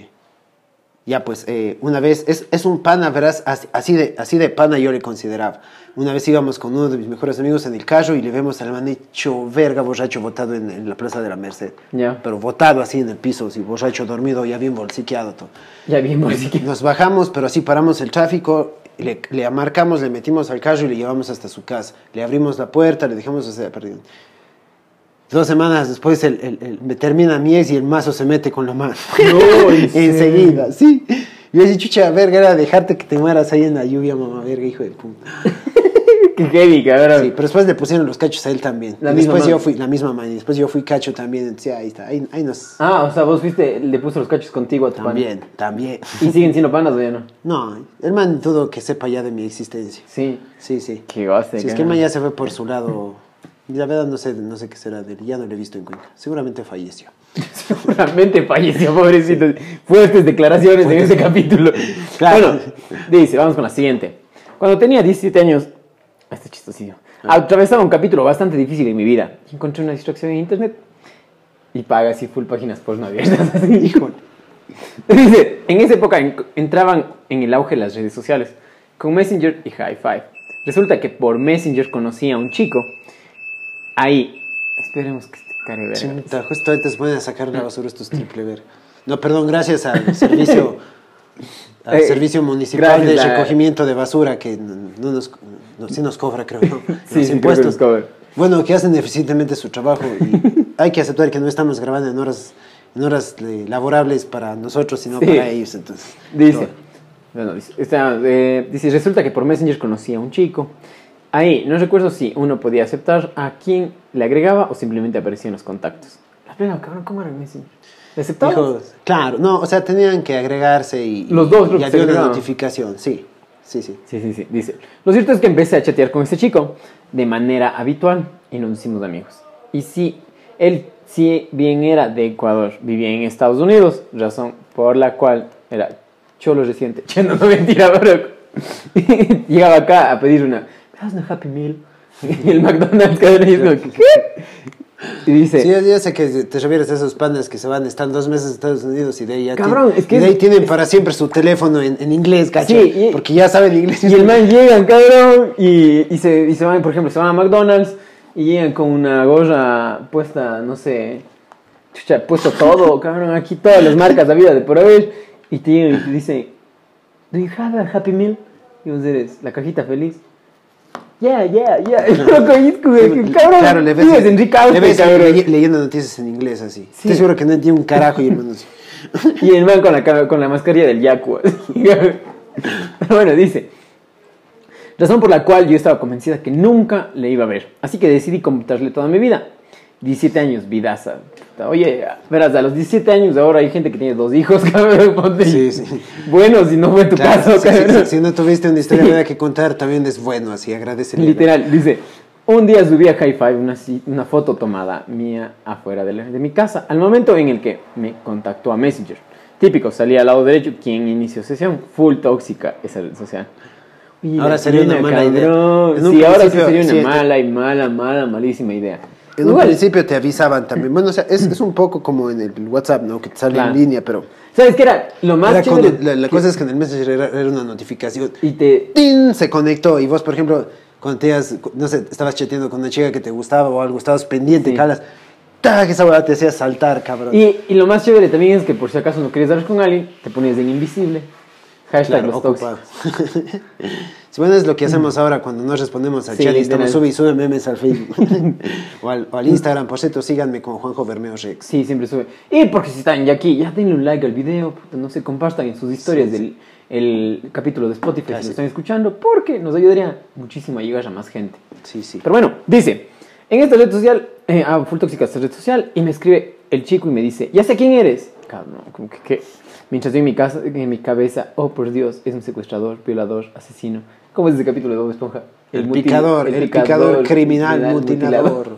ya pues, una vez, es un pana, verás, así de pana yo le consideraba. Una vez íbamos con uno de mis mejores amigos en el carro y le vemos al man hecho verga, borracho, botado en la Plaza de la Merced. Ya. Pero botado así en el piso, así, borracho, dormido, ya bien bolsiqueado todo. Ya bien, así que... Nos bajamos, pero así paramos el tráfico, le marcamos, le metimos al carro y le llevamos hasta su casa. Le abrimos la puerta, le dejamos, o sea, perdido. 2 semanas después me termina mi ex y el mazo se mete con la mano. No, ¿en enseguida, sí. Yo decía, chucha, verga, era dejarte que te mueras ahí en la lluvia, mamá, verga, hijo de puta. Qué heavy, cabrón. Sí, pero después le pusieron los cachos a él también. La Y misma después mano. yo fui, la misma mano, y después yo fui cacho también. Entonces, ahí está, ahí nos... Ah, o sea, vos fuiste, le puso los cachos contigo a tu pana. También. ¿Y siguen siendo panas o ya no? No, el man dudo que sepa ya de mi existencia. Sí. Sí. Qué goce, Si es que el man ya se fue por su lado. La verdad no sé qué será de él. Ya no lo he visto en Cuenca. Seguramente falleció. Seguramente falleció, pobrecito. Fuertes declaraciones en ese capítulo. Claro. Bueno, dice, vamos con la siguiente. Cuando tenía 17 años, este chistosillo, atravesaba un capítulo bastante difícil en mi vida. Encontré una distracción en internet y paga así full páginas porno abiertas. Así. Híjole. Dice, en esa época entraban en el auge las redes sociales con Messenger y Hi5. Resulta que por Messenger conocí a un chico. Ahí, esperemos que este care verga. Chuta, justo antes pueden a sacar la basura estos triple ver. No, perdón, gracias al servicio servicio municipal gracias, de recogimiento de basura que sí nos cobra, creo, ¿no? Sí, Los sí, impuestos. creo que nos cobra. Bueno, que hacen eficientemente su trabajo y hay que aceptar que no estamos grabando en horas laborables para nosotros, sino Sí. para ellos. Entonces, Dice, dice, resulta que por Messenger conocí a un chico. Ahí, no recuerdo si uno podía aceptar a quien le agregaba o simplemente aparecía en los contactos. La pena, cabrón, ¿cómo era el Messenger? ¿Le aceptabas? dijo, claro, no, o sea, tenían que agregarse y Los dos creo y que se había una agregaban. notificación, sí. Sí. Dice, lo cierto es que empecé a chatear con este chico de manera habitual y nos hicimos amigos. Y sí, él, si bien era de Ecuador, vivía en Estados Unidos, razón por la cual era cholo reciente. Che, no, mentira, bro. Llegaba acá a pedir ¿me das una Happy Meal? Y el McDonald's cada vez como, ¿qué? Y dice... Sí, yo sé que te refieres a esos pandas que se van, están 2 meses en Estados Unidos y de ahí ya Cabrón, es que y de es- ahí tienen para siempre su teléfono en inglés, ¿cacho? Sí, y- porque ya saben inglés. Y el man llegan, cabrón, y se van, por ejemplo, se van a McDonald's y llegan con una gorra puesta, no sé, chucha, puesto todo, cabrón, aquí todas las marcas de vida de por haber, y te llegan y te dicen, ¿do you have a Happy Meal? Y vos eres, la cajita feliz. Yeah. Loco, y es como que, cabrón, Claro, le ves, vives en Ricaute, le ves cabrón. leyendo noticias en inglés así. Sí. Estoy seguro que no entiende un carajo y el man así. Y el man con la mascarilla del Yaku. así. Pero bueno, dice. Razón por la cual yo estaba convencida que nunca le iba a ver. Así que decidí contarle toda mi vida. 17 años, vidaza. Oye, verás, a los 17 años ahora hay gente que tiene 2 hijos, cabrón. Ponte. Sí. Bueno, si no fue tu Claro, caso, sí, cabrón. si no tuviste una historia Sí. buena que contar, también es bueno, así, agradecele. Literal, dice, un día subí a Hi5 una foto tomada mía afuera de mi casa, al momento en el que me contactó a Messenger. Típico, salía al lado derecho, ¿quién inició sesión? Full tóxica esa red social. Oye, Ahora la sería una plena, mala idea. cabrón. En un Sí, ahora sí principio, sería sí, una malísima idea. En un Igual. principio te avisaban también. Bueno, o sea, es un poco como en el WhatsApp, ¿no? Que te sale Claro. en línea, pero... ¿Sabes qué era? Lo más Era chévere. la cosa es que en el Messenger era una notificación. Y te. ¡Tin! Se conectó. Y vos, por ejemplo, cuando no sé, estabas chateando con una chica que te gustaba o algo, estabas pendiente, Sí. calas. ¡Tac! Esa hueá te hacía saltar, cabrón. Y lo más chévere también es que por si acaso no querías dar con alguien, te ponías en invisible. Hashtag Claro, los tóxicos. ocupado. Sí, bueno, es lo que hacemos ahora cuando nos respondemos al Sí, chat y estamos literal. sube y sube memes al Facebook. o al Instagram. Por cierto, síganme con Juanjo Bermeo Rex. Sí, siempre sube. Y porque si están ya aquí, ya denle un like al video, puta, no se compartan en sus historias del el capítulo de Spotify si Gracias. lo están escuchando, porque nos ayudaría muchísimo a llegar a más gente. Sí, sí. Pero bueno, dice, en esta red social, full tóxica esta red social, y me escribe el chico y me dice, ya sé quién eres. Cabrón, como que ¿qué? Mientras yo en mi cabeza, oh por Dios, es un secuestrador, violador, asesino. ¿Cómo es ese capítulo de Bob Esponja? El picador criminal, mutilador.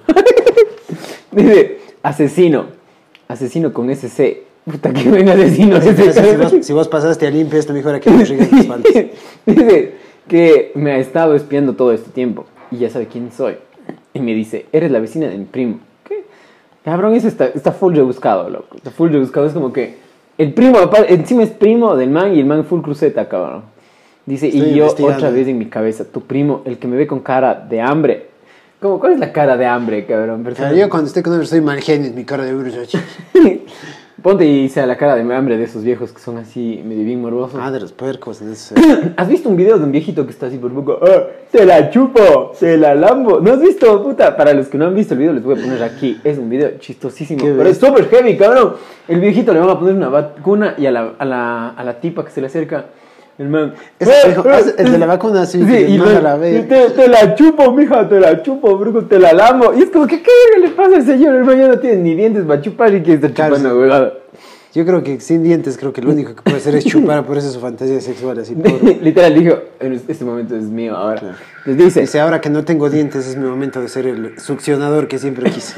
Dice, asesino con SC. Puta, que buen asesino ese, cabrón. Si vos pasaste a limpia, esto mejor que me rigas las faltas. Dice que me ha estado espiando todo este tiempo y ya sabe quién soy. Y me dice, eres la vecina de mi primo. ¿Qué? Cabrón, eso está full rebuscado, loco. Está full rebuscado. Es como que el primo, encima es primo del man y el man full cruceta, cabrón. Dice, Estoy y yo investigando. otra vez en mi cabeza, tu primo, el que me ve con cara de hambre. ¿Cómo? ¿Cuál es la cara de hambre, cabrón? Claro, yo cuando estoy con él soy mal genio, es mi cara de brujo. Ponte y sea la cara de hambre de esos viejos que son así medio bien morbosos. Ah, de los puercos. En ese... ¿Has visto un video de un viejito que está así por poco? "Ah, te la chupo, te la lambo". ¿No has visto, puta? Para los que no han visto el video, les voy a poner aquí. Es un video chistosísimo. ¿Qué Pero ves? es súper heavy, cabrón. El viejito le van a poner una vacuna y a la tipa que se le acerca, el man. El de la vacuna, sí. Sí, que y manda luego, la ve. te la chupo, mija, te la chupo, brujo, te la lambo. Y es como que, ¿qué verga le pasa al señor? El man ya no tiene ni dientes para chupar y que está Claro, chupando, sí. huevada. Yo creo que sin dientes, creo que lo único que puede hacer es chupar, por eso es su fantasía sexual, así por... Literal dijo, este momento es mío ahora. Claro. Les dice, Dice, ahora que no tengo dientes es mi momento de ser el succionador que siempre quise.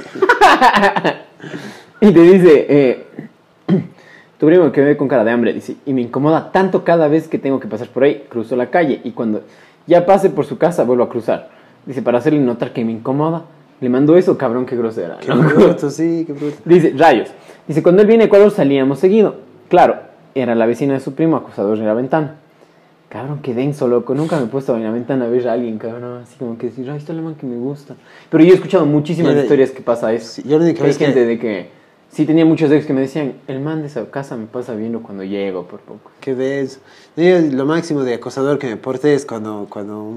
y te dice, tu primo que me ve con cara de hambre, dice, y me incomoda tanto cada vez que tengo que pasar por ahí, cruzo la calle y cuando ya pase por su casa vuelvo a cruzar. Dice, para hacerle notar que me incomoda, le mando eso, cabrón, qué grosera. Qué ¿no? bruto, sí, qué bruto. Dice, rayos. Dice, cuando él viene a Ecuador salíamos seguido. Claro, era la vecina de su primo acosador en la ventana. Cabrón, qué denso, loco. Nunca me he puesto en la ventana a ver a alguien, cabrón. Así como que decir, ay, está la man que me gusta. Pero yo he escuchado muchísimas Mira, historias que pasa eso. sí, yo la única Hay vez que- gente de que... Sí, tenía muchos ex que me decían, el man de esa casa me pasa viendo cuando llego por poco. ¿Qué ves? Yo, lo máximo de acosador que me porté es cuando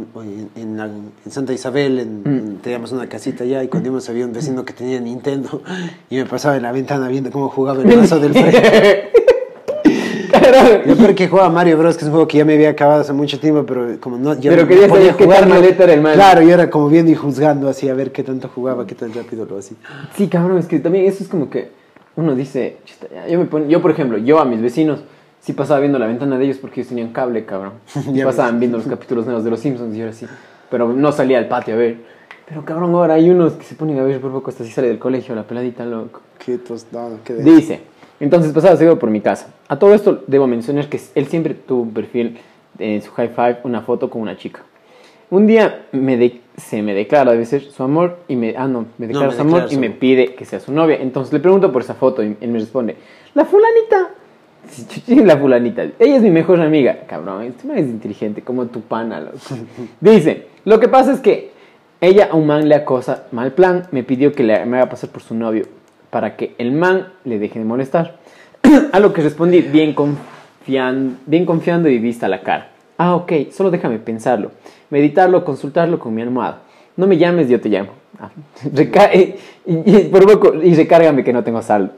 en Santa Isabel teníamos una casita allá y cuando íbamos había un vecino que tenía Nintendo y me pasaba en la ventana viendo cómo jugaba el mazo del frente. Cabrón. Yo creo que jugaba Mario Bros, que es un juego que ya me había acabado hace mucho tiempo, pero como no... yo Pero no quería podía saber qué jugar, tan maleta era el man. Claro, yo era como viendo y juzgando así, a ver qué tanto jugaba, qué tan rápido lo hacía. Sí, cabrón, es que también eso es como que uno dice, "Chuta, ya", yo por ejemplo, yo a mis vecinos sí pasaba viendo la ventana de ellos porque ellos tenían cable, cabrón. Y Ya pasaban ves. viendo los capítulos nuevos de Los Simpsons y yo era así. Pero no salía al patio a ver. Pero cabrón, ahora hay unos que se ponen a ver por poco hasta si sale del colegio la peladita, loco. Qué tostado, qué de... Dice, entonces pasaba seguido por mi casa. A todo esto debo mencionar que él siempre tuvo un perfil en su high five, una foto con una chica. Un día se me declara, debe ser su amor, y me declara su amor y me pide que sea su novia. Entonces le pregunto por esa foto y él me responde, la fulanita. Sí, la fulanita. Ella es mi mejor amiga. Cabrón, este man es inteligente, como tu pana, loco. Dice, lo que pasa es que ella a un man le acosa, mal plan, me pidió que me haga pasar por su novio para que el man le deje de molestar. A lo que respondí, bien confiando y vista la cara. Ah, ok, solo déjame pensarlo, meditarlo, consultarlo con mi almohada. No me llames, yo te llamo. Ah, por poco, y recárgame que no tengo saldo.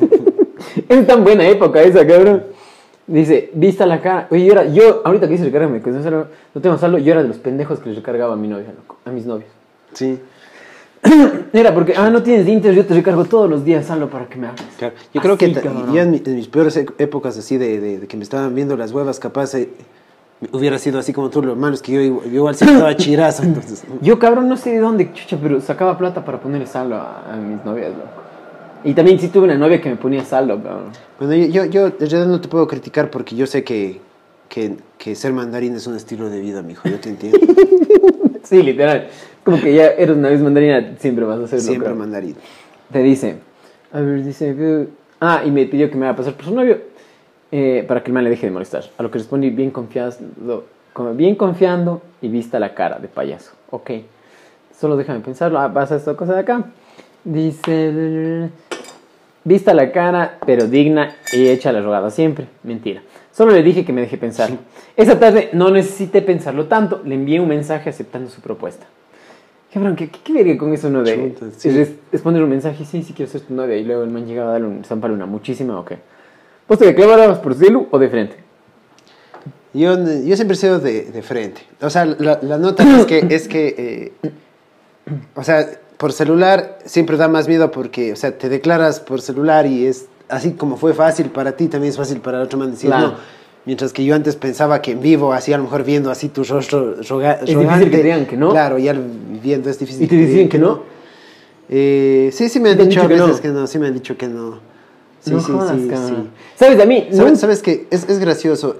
Es tan buena época esa, cabrón. Dice, vista la cara. Oye, yo ahorita que dice recárgame que no tengo saldo, yo era de los pendejos que les recargaba a mi novia, loco, a mis novios. Sí. Era porque, no tienes dientes, yo te recargo todos los días saldo para que me hables. Claro. Yo creo que Así, cabrón. ya en mis peores épocas así de que me estaban viendo las huevas, capaz hubiera sido así como tú, lo malo es que yo igual sí estaba chirazo, entonces... Yo, cabrón, no sé de dónde, chucha, pero sacaba plata para ponerle saldo a mis novias, loco. Y también sí tuve una novia que me ponía saldo, cabrón. Bueno, yo en realidad no te puedo criticar porque yo sé que que ser mandarín es un estilo de vida, mijo. Yo te entiendo. Sí, literal. Como que ya eres una vez mandarina, siempre vas a hacerlo. Siempre creo. mandarín. Te dice, a ver, dice, y me pidió que me haga pasar por su novio para que el man le deje de molestar. A lo que respondí bien confiando y vista la cara de payaso. Ok, solo déjame pensarlo. Pasa esta cosa de acá. Dice, vista la cara, pero digna y hecha la rogada siempre. Mentira. Solo le dije que me deje pensar. Esa tarde no necesité pensarlo tanto. Le envié un mensaje aceptando su propuesta. Cabrón, ¿qué verga con eso, no? De Chuta, sí. responder un mensaje, sí, quiero ser tu novia. Y luego el man llegaba a darle un zampale una muchísima, ¿o qué? ¿Vos te declarabas por celu o de frente? Yo siempre he sido de frente. O sea, la nota es que o sea, por celular siempre da más miedo porque, o sea, te declaras por celular y es así como fue fácil para ti, también es fácil para el otro man decir Claro. no. Mientras que yo antes pensaba que en vivo, así a lo mejor viendo así tu rostro rogante. difícil que te digan que no. Claro, ya viendo es difícil. ¿Y te decían que no? Sí me han ¿Te han dicho a dicho que veces no? que no, sí me han dicho que no. Sí, No sí, jodas, sí, cabrón. sí. ¿Sabes? A mí, ¿Sabes qué? Es gracioso.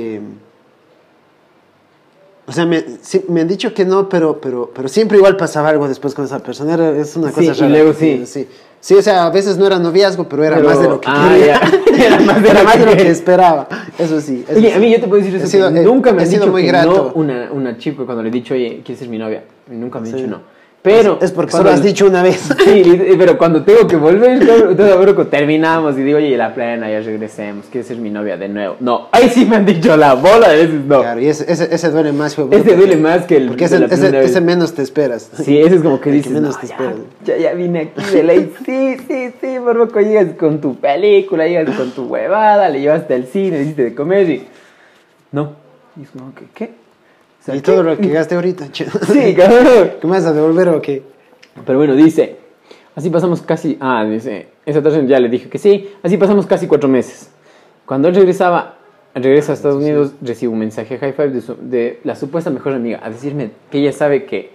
O sea, me han dicho que no, pero siempre igual pasaba algo después con esa persona. Es una cosa Sí, y rara. luego sí. Sí, o sea, a veces no era noviazgo, pero era Pero- más de lo que ah, quería. ya. Era más de Era lo más de lo que- que esperaba. Eso sí. eso Oye, sí. a mí yo te puedo decir eso, He sido- que nunca me he han sido dicho muy que grato. no una chica cuando le he dicho, oye, ¿quieres ser mi novia? Nunca me han Sí. dicho no. Pero Es porque cuando- solo has dicho una vez. Sí, pero cuando tengo que volver, entonces bro, terminamos y digo, oye, la plena, ya regresemos, ¿quieres ser mi novia de nuevo? No, ahí sí me han dicho la bola de veces no. Claro, y ese duele más, hijo, Ese duele más que el porque de la primera vez. ese menos te esperas. Sí, ese es como que El que dices, menos no, te ya, espera. ya vine aquí de ley. Sí, por poco llegas con tu película, llegas con tu huevada, le llevaste al cine, le hiciste de comer y... No. Y es como que, ¿qué? O sea, Y ¿qué? todo lo que gasté ahorita. che. Sí, cabrón. ¿Qué me vas a devolver o qué? Pero bueno, dice, así pasamos casi, dice, esa tarde ya le dije que sí, así pasamos casi 4 meses. Cuando él regresa a Estados Unidos, recibo un mensaje high five de la supuesta mejor amiga, a decirme que ella sabe que,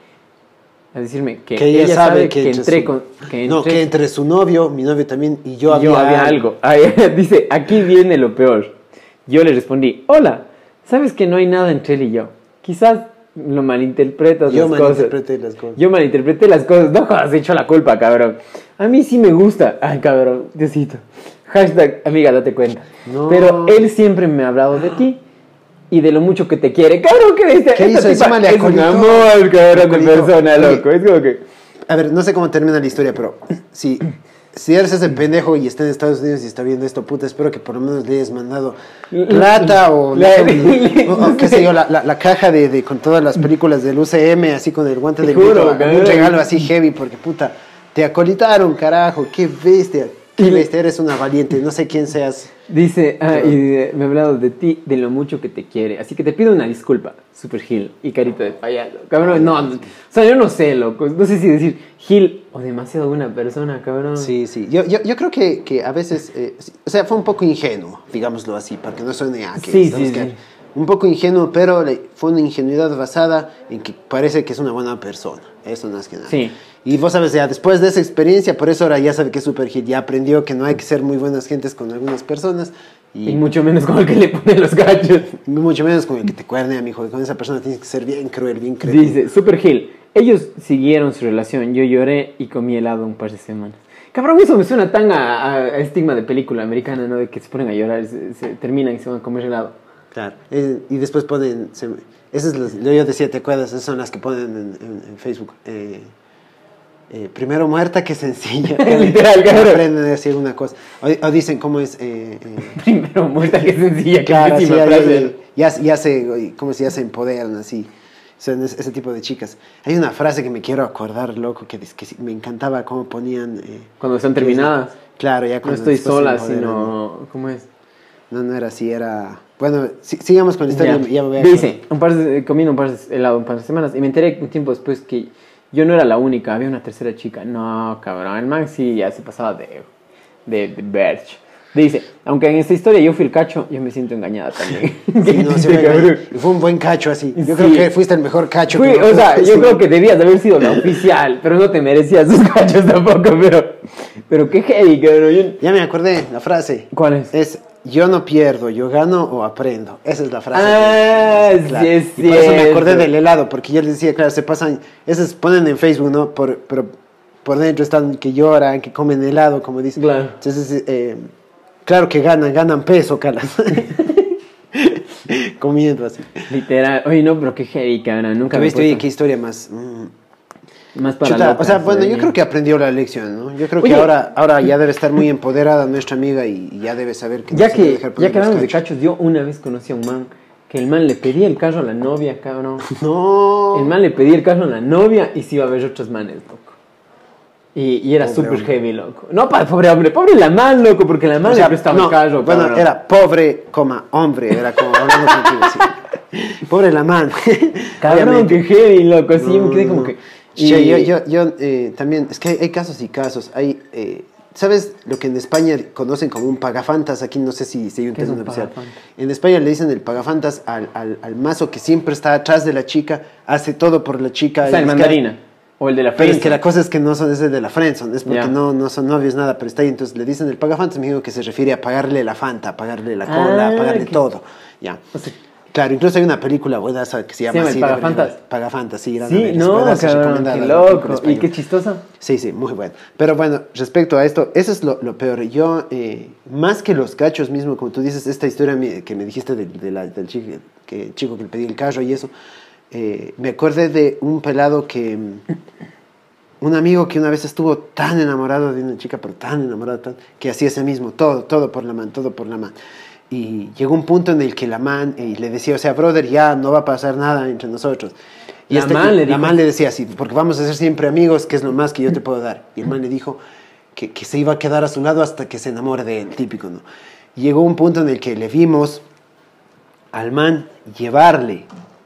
ella sabe que entré con, que No, entré- que entre su novio, mi novio también, y yo yo había había algo. Dice, aquí viene lo peor. Yo le respondí, hola, ¿sabes que no hay nada entre él y yo? Quizás lo malinterpretas Yo las cosas. malinterpreté las cosas. Yo malinterpreté las cosas. No has hecho la culpa, cabrón. A mí sí me gusta. Ay, cabrón, Diosito. Hashtag, amiga, date cuenta. No. Pero él siempre me ha hablado de ti y de lo mucho que te quiere. Cabrón, ¿qué viste? ¿Qué hizo? Encima le es un acolitó. amor, cabrón, de Acolitó. persona, Oye. loco. Es como que... A ver, no sé cómo termina la historia, pero si eres ese pendejo y está en Estados Unidos y está viendo esto, puta, espero que por lo menos le hayas mandado plata o, o qué sé yo, la caja con todas las películas del UCM, así con el guante Te de juro, grito, cabrón. un regalo así heavy, porque puta, te acolitaron, carajo, qué bestia, eres una valiente, no sé quién seas. Dice, me ha hablado de ti, de lo mucho que te quiere. Así que te pido una disculpa, Super Gil y carita de payaso. Cabrón, no, o sea, yo no sé, loco. No sé si decir Gil o demasiado buena persona, cabrón. Sí, yo creo que a veces, o sea, fue un poco ingenuo, digámoslo así, para que no suene a que Sí, estamos sí, que- sí. Un poco ingenuo, pero fue una ingenuidad basada en que parece que es una buena persona. Eso más que nada. Sí. Y vos sabes, ya después de esa experiencia, por eso ahora ya sabe que es super hit, ya aprendió que no hay que ser muy buenas gentes con algunas personas Y mucho menos con el que le pone los gachos. mucho menos con el que te cuerne, amigo. Con esa persona tienes que ser bien cruel, bien creíble. Dice, Super Gil, ellos siguieron su relación. Yo lloré y comí helado un par de semanas. Cabrón, eso me suena tan a estigma de película americana, ¿no? De que se ponen a llorar, se terminan y se van a comer helado. Claro, y después ponen, esas yo decía, ¿te acuerdas? Esas son las que ponen en Facebook. Primero muerta que sencilla. Literal, cabrón. Aprenden a decir una cosa. O dicen cómo es. Primero muerta que sencilla, Claro, que sí, frase. ya se, como si ya se empoderan así. Son ese tipo de chicas. Hay una frase que me quiero acordar, loco, que sí, me encantaba cómo ponían. Cuando están terminadas. Claro, ya No cuando estoy después se sola, empoderan. sino... ¿Cómo es? No era así, era. Bueno, sigamos con la historia. Ya. Ya me voy a Dice, comiendo un par de helado un par de semanas y me enteré un tiempo después que yo no era la única, había una tercera chica. No, cabrón, el man sí ya se pasaba de Berch. Dice, aunque en esta historia yo fui el cacho, yo me siento engañada también. Sí, no, Dice, cabrón. y fue un buen cacho así. Yo Sí. creo que fuiste el mejor cacho. Fui, que me o sea, fue. yo Sí. creo que debías de haber sido la oficial, pero no te merecías sus cachos tampoco, pero qué heavy, cabrón. Ya me acordé, la frase. ¿Cuál es? Es, yo no pierdo, yo gano o aprendo. Esa es la frase. Ah, Claro. sí es Y por eso me acordé cierto. del helado, porque yo les decía, claro, se pasan, esos ponen en Facebook, ¿no? Pero por dentro están que lloran, que comen helado, como dicen. Claro. Entonces, claro que ganan peso, calas. Comiendo así. Literal. Oye, no, pero qué heavy, cabrón. Nunca ¿Qué me he viste? Oye, puesto qué historia más. más para Chuta, o locas, sea, bueno, yo oye. creo que aprendió la lección, ¿no? Yo creo Oye. que ahora ya debe estar muy empoderada nuestra amiga y ya debe saber que no Ya se debe que, dejar ya poner que los hablamos de cachos. cachos, yo una vez conocí a un man que el man le pedía el carro a la novia, cabrón. No. El man le pedía el carro a la novia y se iba a ver otros manes, loco. Y era Pobre súper hombre. heavy, loco. No, pobre hombre, pobre la man, loco, porque la man O sea, le prestaba no, el carro, bueno, cabrón. era pobre, hombre, era como hablando contigo, sí. Pobre la man. Cabrón, Obviamente. qué heavy, loco. Así yo me quedé como que. Che, yo también, es que hay casos y casos. ¿Sabes lo que en España conocen como un pagafantas? Aquí no sé si hay un ¿Qué es término un especial. pagafantas? En España le dicen el pagafantas al mazo que siempre está atrás de la chica, hace todo por la chica. O sea, el y es que- mandarina. O el de la Pero es friendzone. que la cosa es que no son ese de la friendzone, es porque Ya. no son novios, nada, pero está ahí. Entonces le dicen el pagafantas, me digo que se refiere a pagarle la fanta, a pagarle la cola, a pagarle que- todo. Ya. O sea, Claro, incluso hay una película buena que se llama llama así. El Pagafantas. Pagafantas, sí, gran sí, novela, no, buenaza, cabrón, recomendada, qué la película loco. Y española. qué chistosa. Sí, muy bueno. Pero bueno, respecto a esto, eso es lo peor. Yo, más que los cachos mismo, como tú dices, esta historia que me dijiste del chico que le pedí el carro y eso, me acordé de un pelado un amigo que una vez estuvo tan enamorado de una chica, pero tan enamorado, que hacía ese mismo, todo por la man, todo por la man. Y llegó un punto en el que la man le decía, o sea, brother, ya no va a pasar nada entre nosotros. Y La man le la dijo- man le decía así, porque vamos a ser siempre amigos, que es lo más que yo te puedo dar. Y el man le dijo que se iba a quedar a su lado hasta que se enamore de él, típico, ¿no? Y llegó un punto en el que le vimos al man llevarle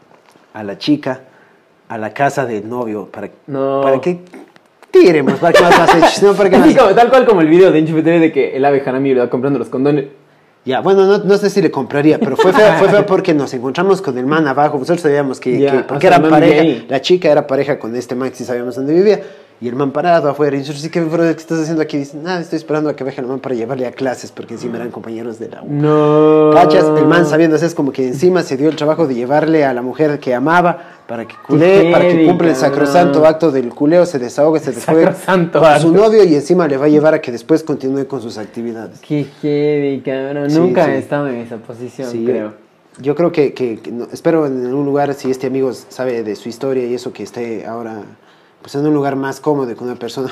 a la chica a la casa del novio para que tiremos, para que más hecho, no para que Así más... como, tal cual como el video de Enchufe TV de que el ave Jarami le va comprando los condones. Ya, bueno, no sé si le compraría, pero fue feo porque nos encontramos con el man abajo. Nosotros sabíamos Ya, porque o sea, era el man vivía pareja, ahí. la chica era pareja con este man, que sí sabíamos dónde vivía. Y el man parado afuera. Y nosotros, sí, ¿qué estás haciendo aquí? Dice, nada, estoy esperando a que baje el man para llevarle a clases, porque encima eran compañeros de la U. No. ¿Cachas? El man sabiendo, es como que encima se dio el trabajo de llevarle a la mujer que amaba para que culee, para que heavy, cumpla el cabrón. sacrosanto acto del culeo, se desahogue, se desjuegue Sacrosanto con su acto. novio y encima le va a llevar a que después continúe con sus actividades. Qué heavy, cabrón. Sí, Nunca sí. he estado en esa posición, Sí, creo. Yo creo que espero en algún lugar, si este amigo sabe de su historia y eso, que esté ahora pues en un lugar más cómodo con una persona.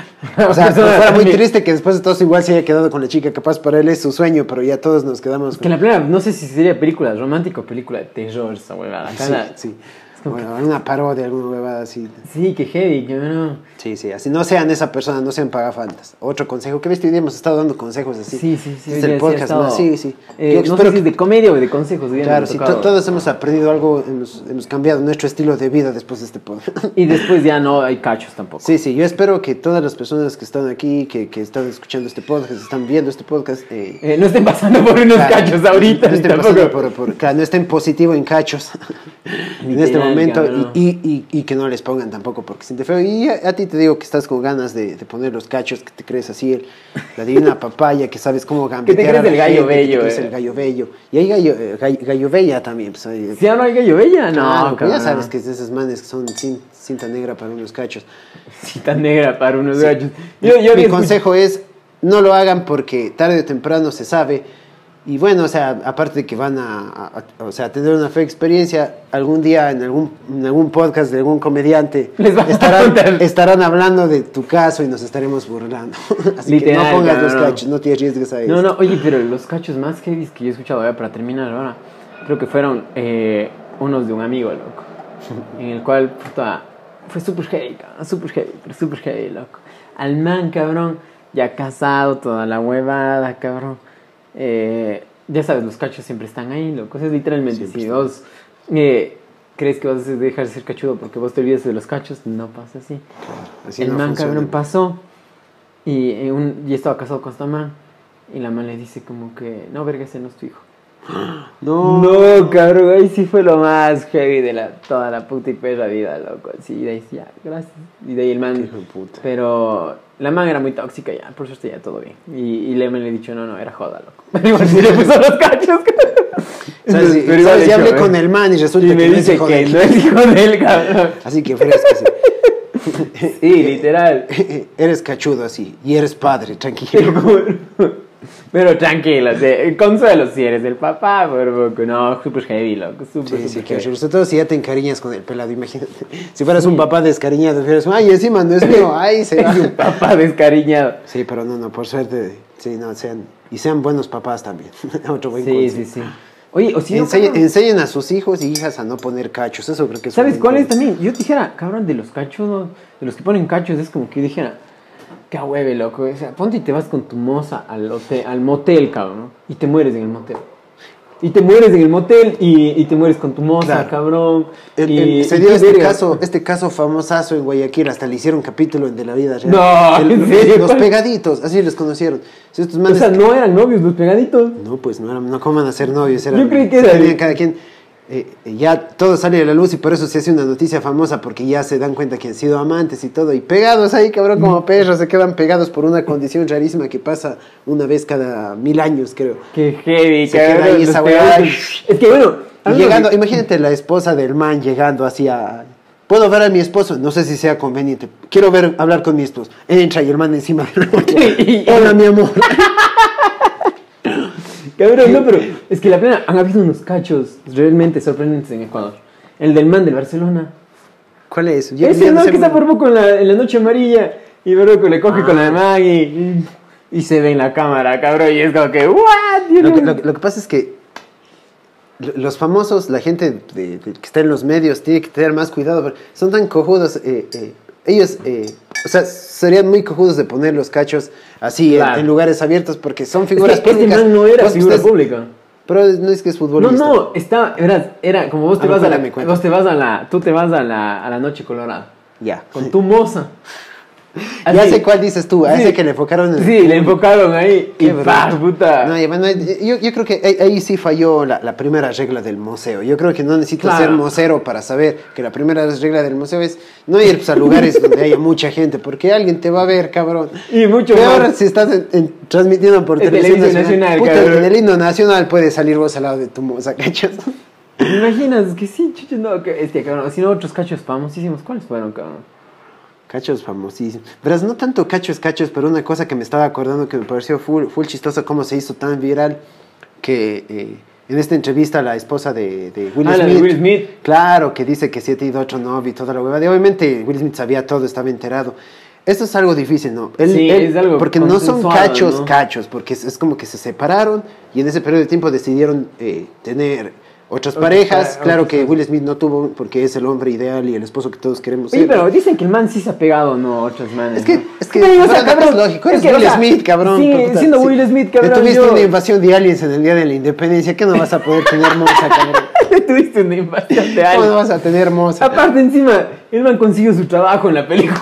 O sea, Persona fuera muy también. triste que después de todos igual se haya quedado con la chica, capaz para él es su sueño, pero ya todos nos quedamos Que la primera, no sé si sería película romántica o película de terror, esa huevada. Sí, sí. Bueno, una parodia, alguna huevada así. Sí, qué heavy, cabrón. Sí, así no sean esa persona, no sean pagafantas. Otro consejo, que ves, hoy día hemos estado dando consejos así. Sí. Este hoy es día el sí podcast ha estado- más, sí. no Yo sé espero si es de comedia o de consejos. hoy día Claro, nos ha sí, tocado. todos hemos aprendido algo, hemos cambiado nuestro estilo de vida después de este podcast. Y después ya no hay cachos tampoco. Sí, yo espero que todas las personas que están aquí, que están escuchando este podcast, están viendo este podcast, No estén pasando por unos claro, cachos ahorita. no estén tampoco. pasando claro, no estén positivo en cachos en este Literal, momento cabrón. y que no les pongan tampoco porque siente feo. Y a ti te digo que estás con ganas de poner los cachos, que te crees así, la divina papaya, que sabes cómo gambetear crees a la el gallo gente, que te bello, crees el gallo bello. Y hay gallo bella también, pues, hay- ¿Sí o no hay gallo bella? No, Claro, pues ya cabrón. sabes que es de esas manes que son cinta negra para unos cachos. Cita negra para unos Sí. gachos. Mi había consejo es, no lo hagan porque tarde o temprano se sabe. Y bueno, o sea, aparte de que van o sea, tener una fea experiencia, algún día en algún podcast de algún comediante Les van a contar. estarán hablando de tu caso y nos estaremos burlando. Así Literal, que no pongas los cabrón. cachos, no te arriesgues a eso. No, oye, pero los cachos más heavy que yo he escuchado ya para terminar ahora, creo que fueron unos de un amigo, loco. En el cual, puta, fue súper heavy, cabrón, súper heavy, loco. Al man, cabrón, ya casado, toda la huevada, cabrón. Ya sabes, los cachos siempre están ahí, loco. O sea, literalmente, Siempre si están. vos crees que vas a dejar de ser cachudo porque vos te olvidas de los cachos, no pasa así. Así El no man, funciona. cabrón, pasó y estaba casado con esta man. Y la man le dice como que, no, verga, ese no es tu hijo. No, cabrón, ahí sí fue lo más heavy de toda la puta y perra vida, loco. Sí, de ahí sí, ya, gracias. Y de ahí el man, Hijo de puta. pero La man era muy tóxica ya, por suerte ya todo bien. Y le he dicho, no, era joda, loco. Pero igual sí le puso los cachos. O sea, sí, Pero igual ya hablé hecho, con el man y resulta y que me no es dice hijo que de él. no es hijo de él, cabrón. Así que fresco, sí. Sí, literal. Eres cachudo así, y eres padre, tranquilo. Pero tranquilo, consuelo si eres el papá, pero no, súper heavy, loco, súper, Sí, súper que heavy. sobre todo si ya te encariñas con el pelado, imagínate. Si fueras un papá descariñado, dijeras, ay, encima no es mío, ay, se va. Es un papá descariñado. Sí, pero no, por suerte, sí, no, sean buenos papás también. Otro buen Sí, consejo. sí. Oye, o si no, Enseñen, cabrón, enseñen a sus hijos y hijas a no poner cachos, eso creo que es un ¿sabes buen cuál es consejo. también? Yo te dijera, cabrón, de los cachos, de los que ponen cachos, es como que yo dijera, qué hueve, loco. O sea, ponte y te vas con tu moza al motel, cabrón, y te mueres en el motel. Y te mueres en el motel y te mueres con tu moza, Claro. cabrón. Se y dio qué verga. este caso famosazo en Guayaquil, hasta le hicieron capítulo en De la Vida Real. No, ¿en serio? Los pegaditos, así les conocieron. Si estos O manes, sea, no eran novios los pegaditos. no, pues no coman a ser novios. Yo creí que era tenían de- cada quien. Ya todo sale a la luz y por eso se hace una noticia famosa porque ya se dan cuenta que han sido amantes y todo. Y pegados ahí, cabrón, como perros, se quedan pegados por una condición rarísima que pasa una vez cada 1000 años, creo. Qué heavy, Se queda cabrón. ahí los esa weá. pegaditos. Es que bueno, Y llegando, imagínate la esposa del man llegando así a... ¿Puedo ver a mi esposo? No sé si sea conveniente. Quiero hablar con mi esposo. Entra y el man encima del otro. Hola, mi amor. cabrón, no, pero es que la plena han habido unos cachos realmente sorprendentes en Ecuador. El del man del Barcelona. ¿Cuál es? Ese no no sé que está por poco en la noche amarilla y Barroco le coge con la man y se ve en la cámara, cabrón, y es como que, ¿what? Lo que pasa es que los famosos, la gente que está en los medios, tiene que tener más cuidado. Porque son tan cojudos. Ellos, o sea, serían muy cojudos de poner los cachos así Claro. en lugares abiertos porque son figuras es que este públicas. man no era Vos, figura ustedes- pública. Pero no es que es futbolista. No, era como vos te A ver, vas a la, cuéntame. vos te vas tú te vas a la noche colorada Ya. con tu moza. Ya Así. sé cuál dices tú, a Sí. ese que le enfocaron en Sí, le enfocaron ahí y Qué pa, bruto. puta. No, bueno, yo creo que ahí sí falló la primera regla del museo. Yo creo que no necesitas Claro. ser mosero para saber que la primera regla del museo es no ir pues, a lugares donde haya mucha gente, porque alguien te va a ver, cabrón. Y mucho Peor más. si estás transmitiendo por En televisión televisión nacional, Puta, cabrón. en el himno nacional puedes salir vos al lado de tu moza, ¿cachas? ¿Me imaginas? Es que sí, chucho, no, que cabrón. Si no, otros cachos famosísimos, ¿cuáles fueron, cabrón? Cachos famosísimos. Verás, no tanto cachos, pero una cosa que me estaba acordando que me pareció full chistoso cómo se hizo tan viral que en esta entrevista la esposa de Will Ah, Smith. la de Will Smith. Claro, que dice que sí ha tenido otro novio y toda la huevada. Y obviamente Will Smith sabía todo, estaba enterado. Esto es algo difícil, ¿no? Sí, es algo porque no son consensuado, ¿no? cachos, porque es como que se separaron y en ese periodo de tiempo decidieron tener otras parejas. Claro que Will Smith no tuvo porque es el hombre ideal y el esposo que todos queremos Oye, ser. pero dicen que el man sí se ha pegado, no, otros manes. Es que, ¿no? es que, Pero, o sea, pero no, cabrón, es lógico, eres es que, Will o sea, Smith, cabrón. sí, puta, siendo sí. Will Smith, cabrón, Tuviste yo- una invasión de aliens en el día de la independencia, ¿qué no vas a poder tener moza, cabrón? Tuviste una invasión de ¿Cómo no algo. vas a tener moza? Aparte, encima, el man consiguió su trabajo en la película.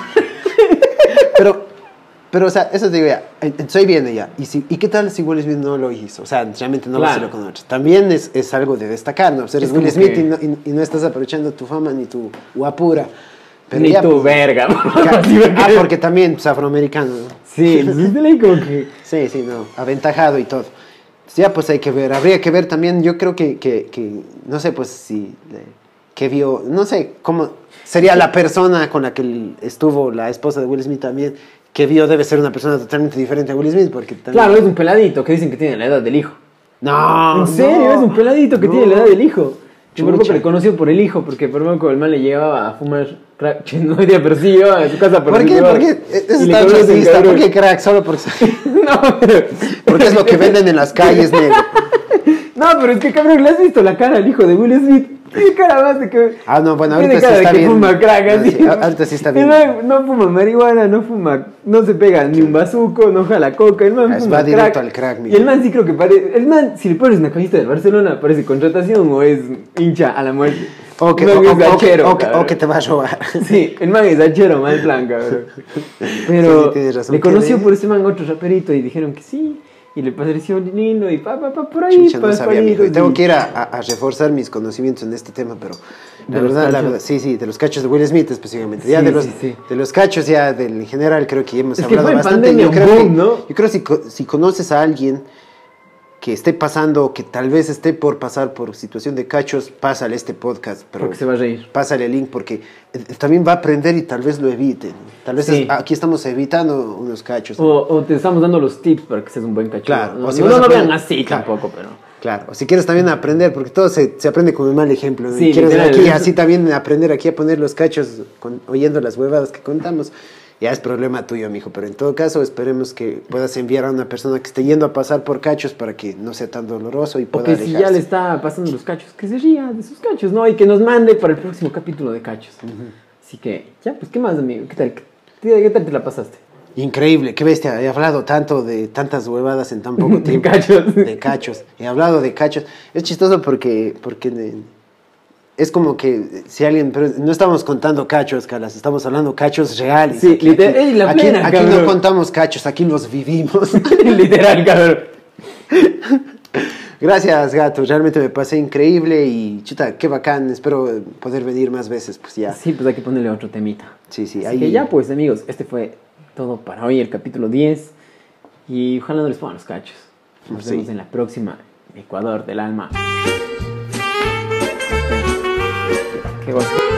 Pero, o sea, eso te digo ya, estoy viendo ya. ¿Y qué tal si Will Smith no lo hizo? O sea, realmente no Claro. lo hizo con otros. También es algo de destacar, ¿no? O sea, eres Es Will como Smith que- y no estás aprovechando tu fama ni tu guapura. Pero Ni ya, tu pues, verga. Ah, porque también es afroamericano, ¿no? Sí, entonces de ley como que... Sí, no, aventajado y todo. Ya, pues hay que ver, habría que ver también, yo creo que no sé, pues si, que vio, no sé, cómo sería la persona con la que estuvo la esposa de Will Smith también, que vio debe ser una persona totalmente diferente a Will Smith, porque también... Claro, es un peladito que dicen que tiene la edad del hijo. No, ¿En serio? no, Es un peladito que no. tiene la edad del hijo. Que por poco Chucha. le conoció por el hijo, porque por poco el man le llevaba a fumar crack. Che, no diría, pero sí llevaba a su casa ¿Por qué? llevaba- ¿Por qué? Es y le tan conocen, racista, cabrón. ¿por qué crack? Solo porque, No, pero... porque es lo que venden en las calles, negro. No, pero es que cabrón, ¿le has visto la cara al hijo de Will Smith? Tiene cara más de que... Ah, no, bueno, tiene ahorita sí cara está de que bien. fuma crack, No, así. sí, ahorita sí está bien. El man no fuma marihuana, no se pega ni un bazuco, no jala coca, el man Ah, fuma va directo al crack, Y Miguel. el man sí creo que parece... El man, si le pones una camiseta del Barcelona, parece contratación o es hincha a la muerte. O que, El man es hachero, o cabrón. que te va a robar. Sí, el man es hachero, mal plan, cabrón. Pero Sí, tienes razón. le conoció ¿Qué por ese man otro raperito y dijeron que sí. Y le pareció lindo y por ahí. Chucha, no sabía, mijo. palitos, Tengo y- que ir a reforzar mis conocimientos en este tema, pero La los verdad, cachos. sí, de los cachos de Will Smith específicamente. Sí, Ya sí. de los cachos ya en general creo que ya hemos Es que hablado fue en bastante. pandemia Yo un creo boom, ¿no? yo creo si conoces a alguien que esté pasando, que tal vez esté por pasar por situación de cachos, pásale este podcast. Pero Porque se va a reír. pásale el link porque también va a aprender y tal vez lo evite, ¿no? Tal vez Sí. aquí estamos evitando unos cachos. O te estamos dando los tips para que seas un buen cacho. Claro, No, o si no, vas a no lo vean aprender- así claro. tampoco, pero... Claro, o si quieres también aprender, porque todo se aprende con un mal ejemplo, ¿no? Sí, Y quieres literal. aquí así también aprender aquí a poner los cachos oyendo las huevadas que contamos, ya es problema tuyo, mijo. Pero en todo caso, esperemos que puedas enviar a una persona que esté yendo a pasar por cachos para que no sea tan doloroso y O pueda que si ya alejarse. le está pasando los cachos, que se ría de sus cachos, ¿no? Y que nos mande para el próximo capítulo de cachos. Así que, ya, pues, ¿qué más, amigo? ¿Qué tal te la pasaste? Increíble, qué bestia. He hablado tanto de tantas huevadas en tan poco tiempo. cachos. De cachos. He hablado de cachos. Es chistoso porque es como que si alguien... Pero no estamos contando cachos, Calas. Estamos hablando cachos reales. Sí, Aquí- literal. ¡Ey, la aquí, plena, aquí cabrón! no contamos cachos, aquí los vivimos. Literal, cabrón. Gracias, gato. Realmente me pasé increíble y chuta, qué bacán. Espero poder venir más veces, pues ya. Sí, pues hay que ponerle otro temita. Sí, sí. Así que ya, pues, amigos, este fue todo para hoy, el capítulo 10. Y ojalá no les pongan los cachos. Nos Sí. vemos en la próxima Ecuador del Alma. Qué gozo.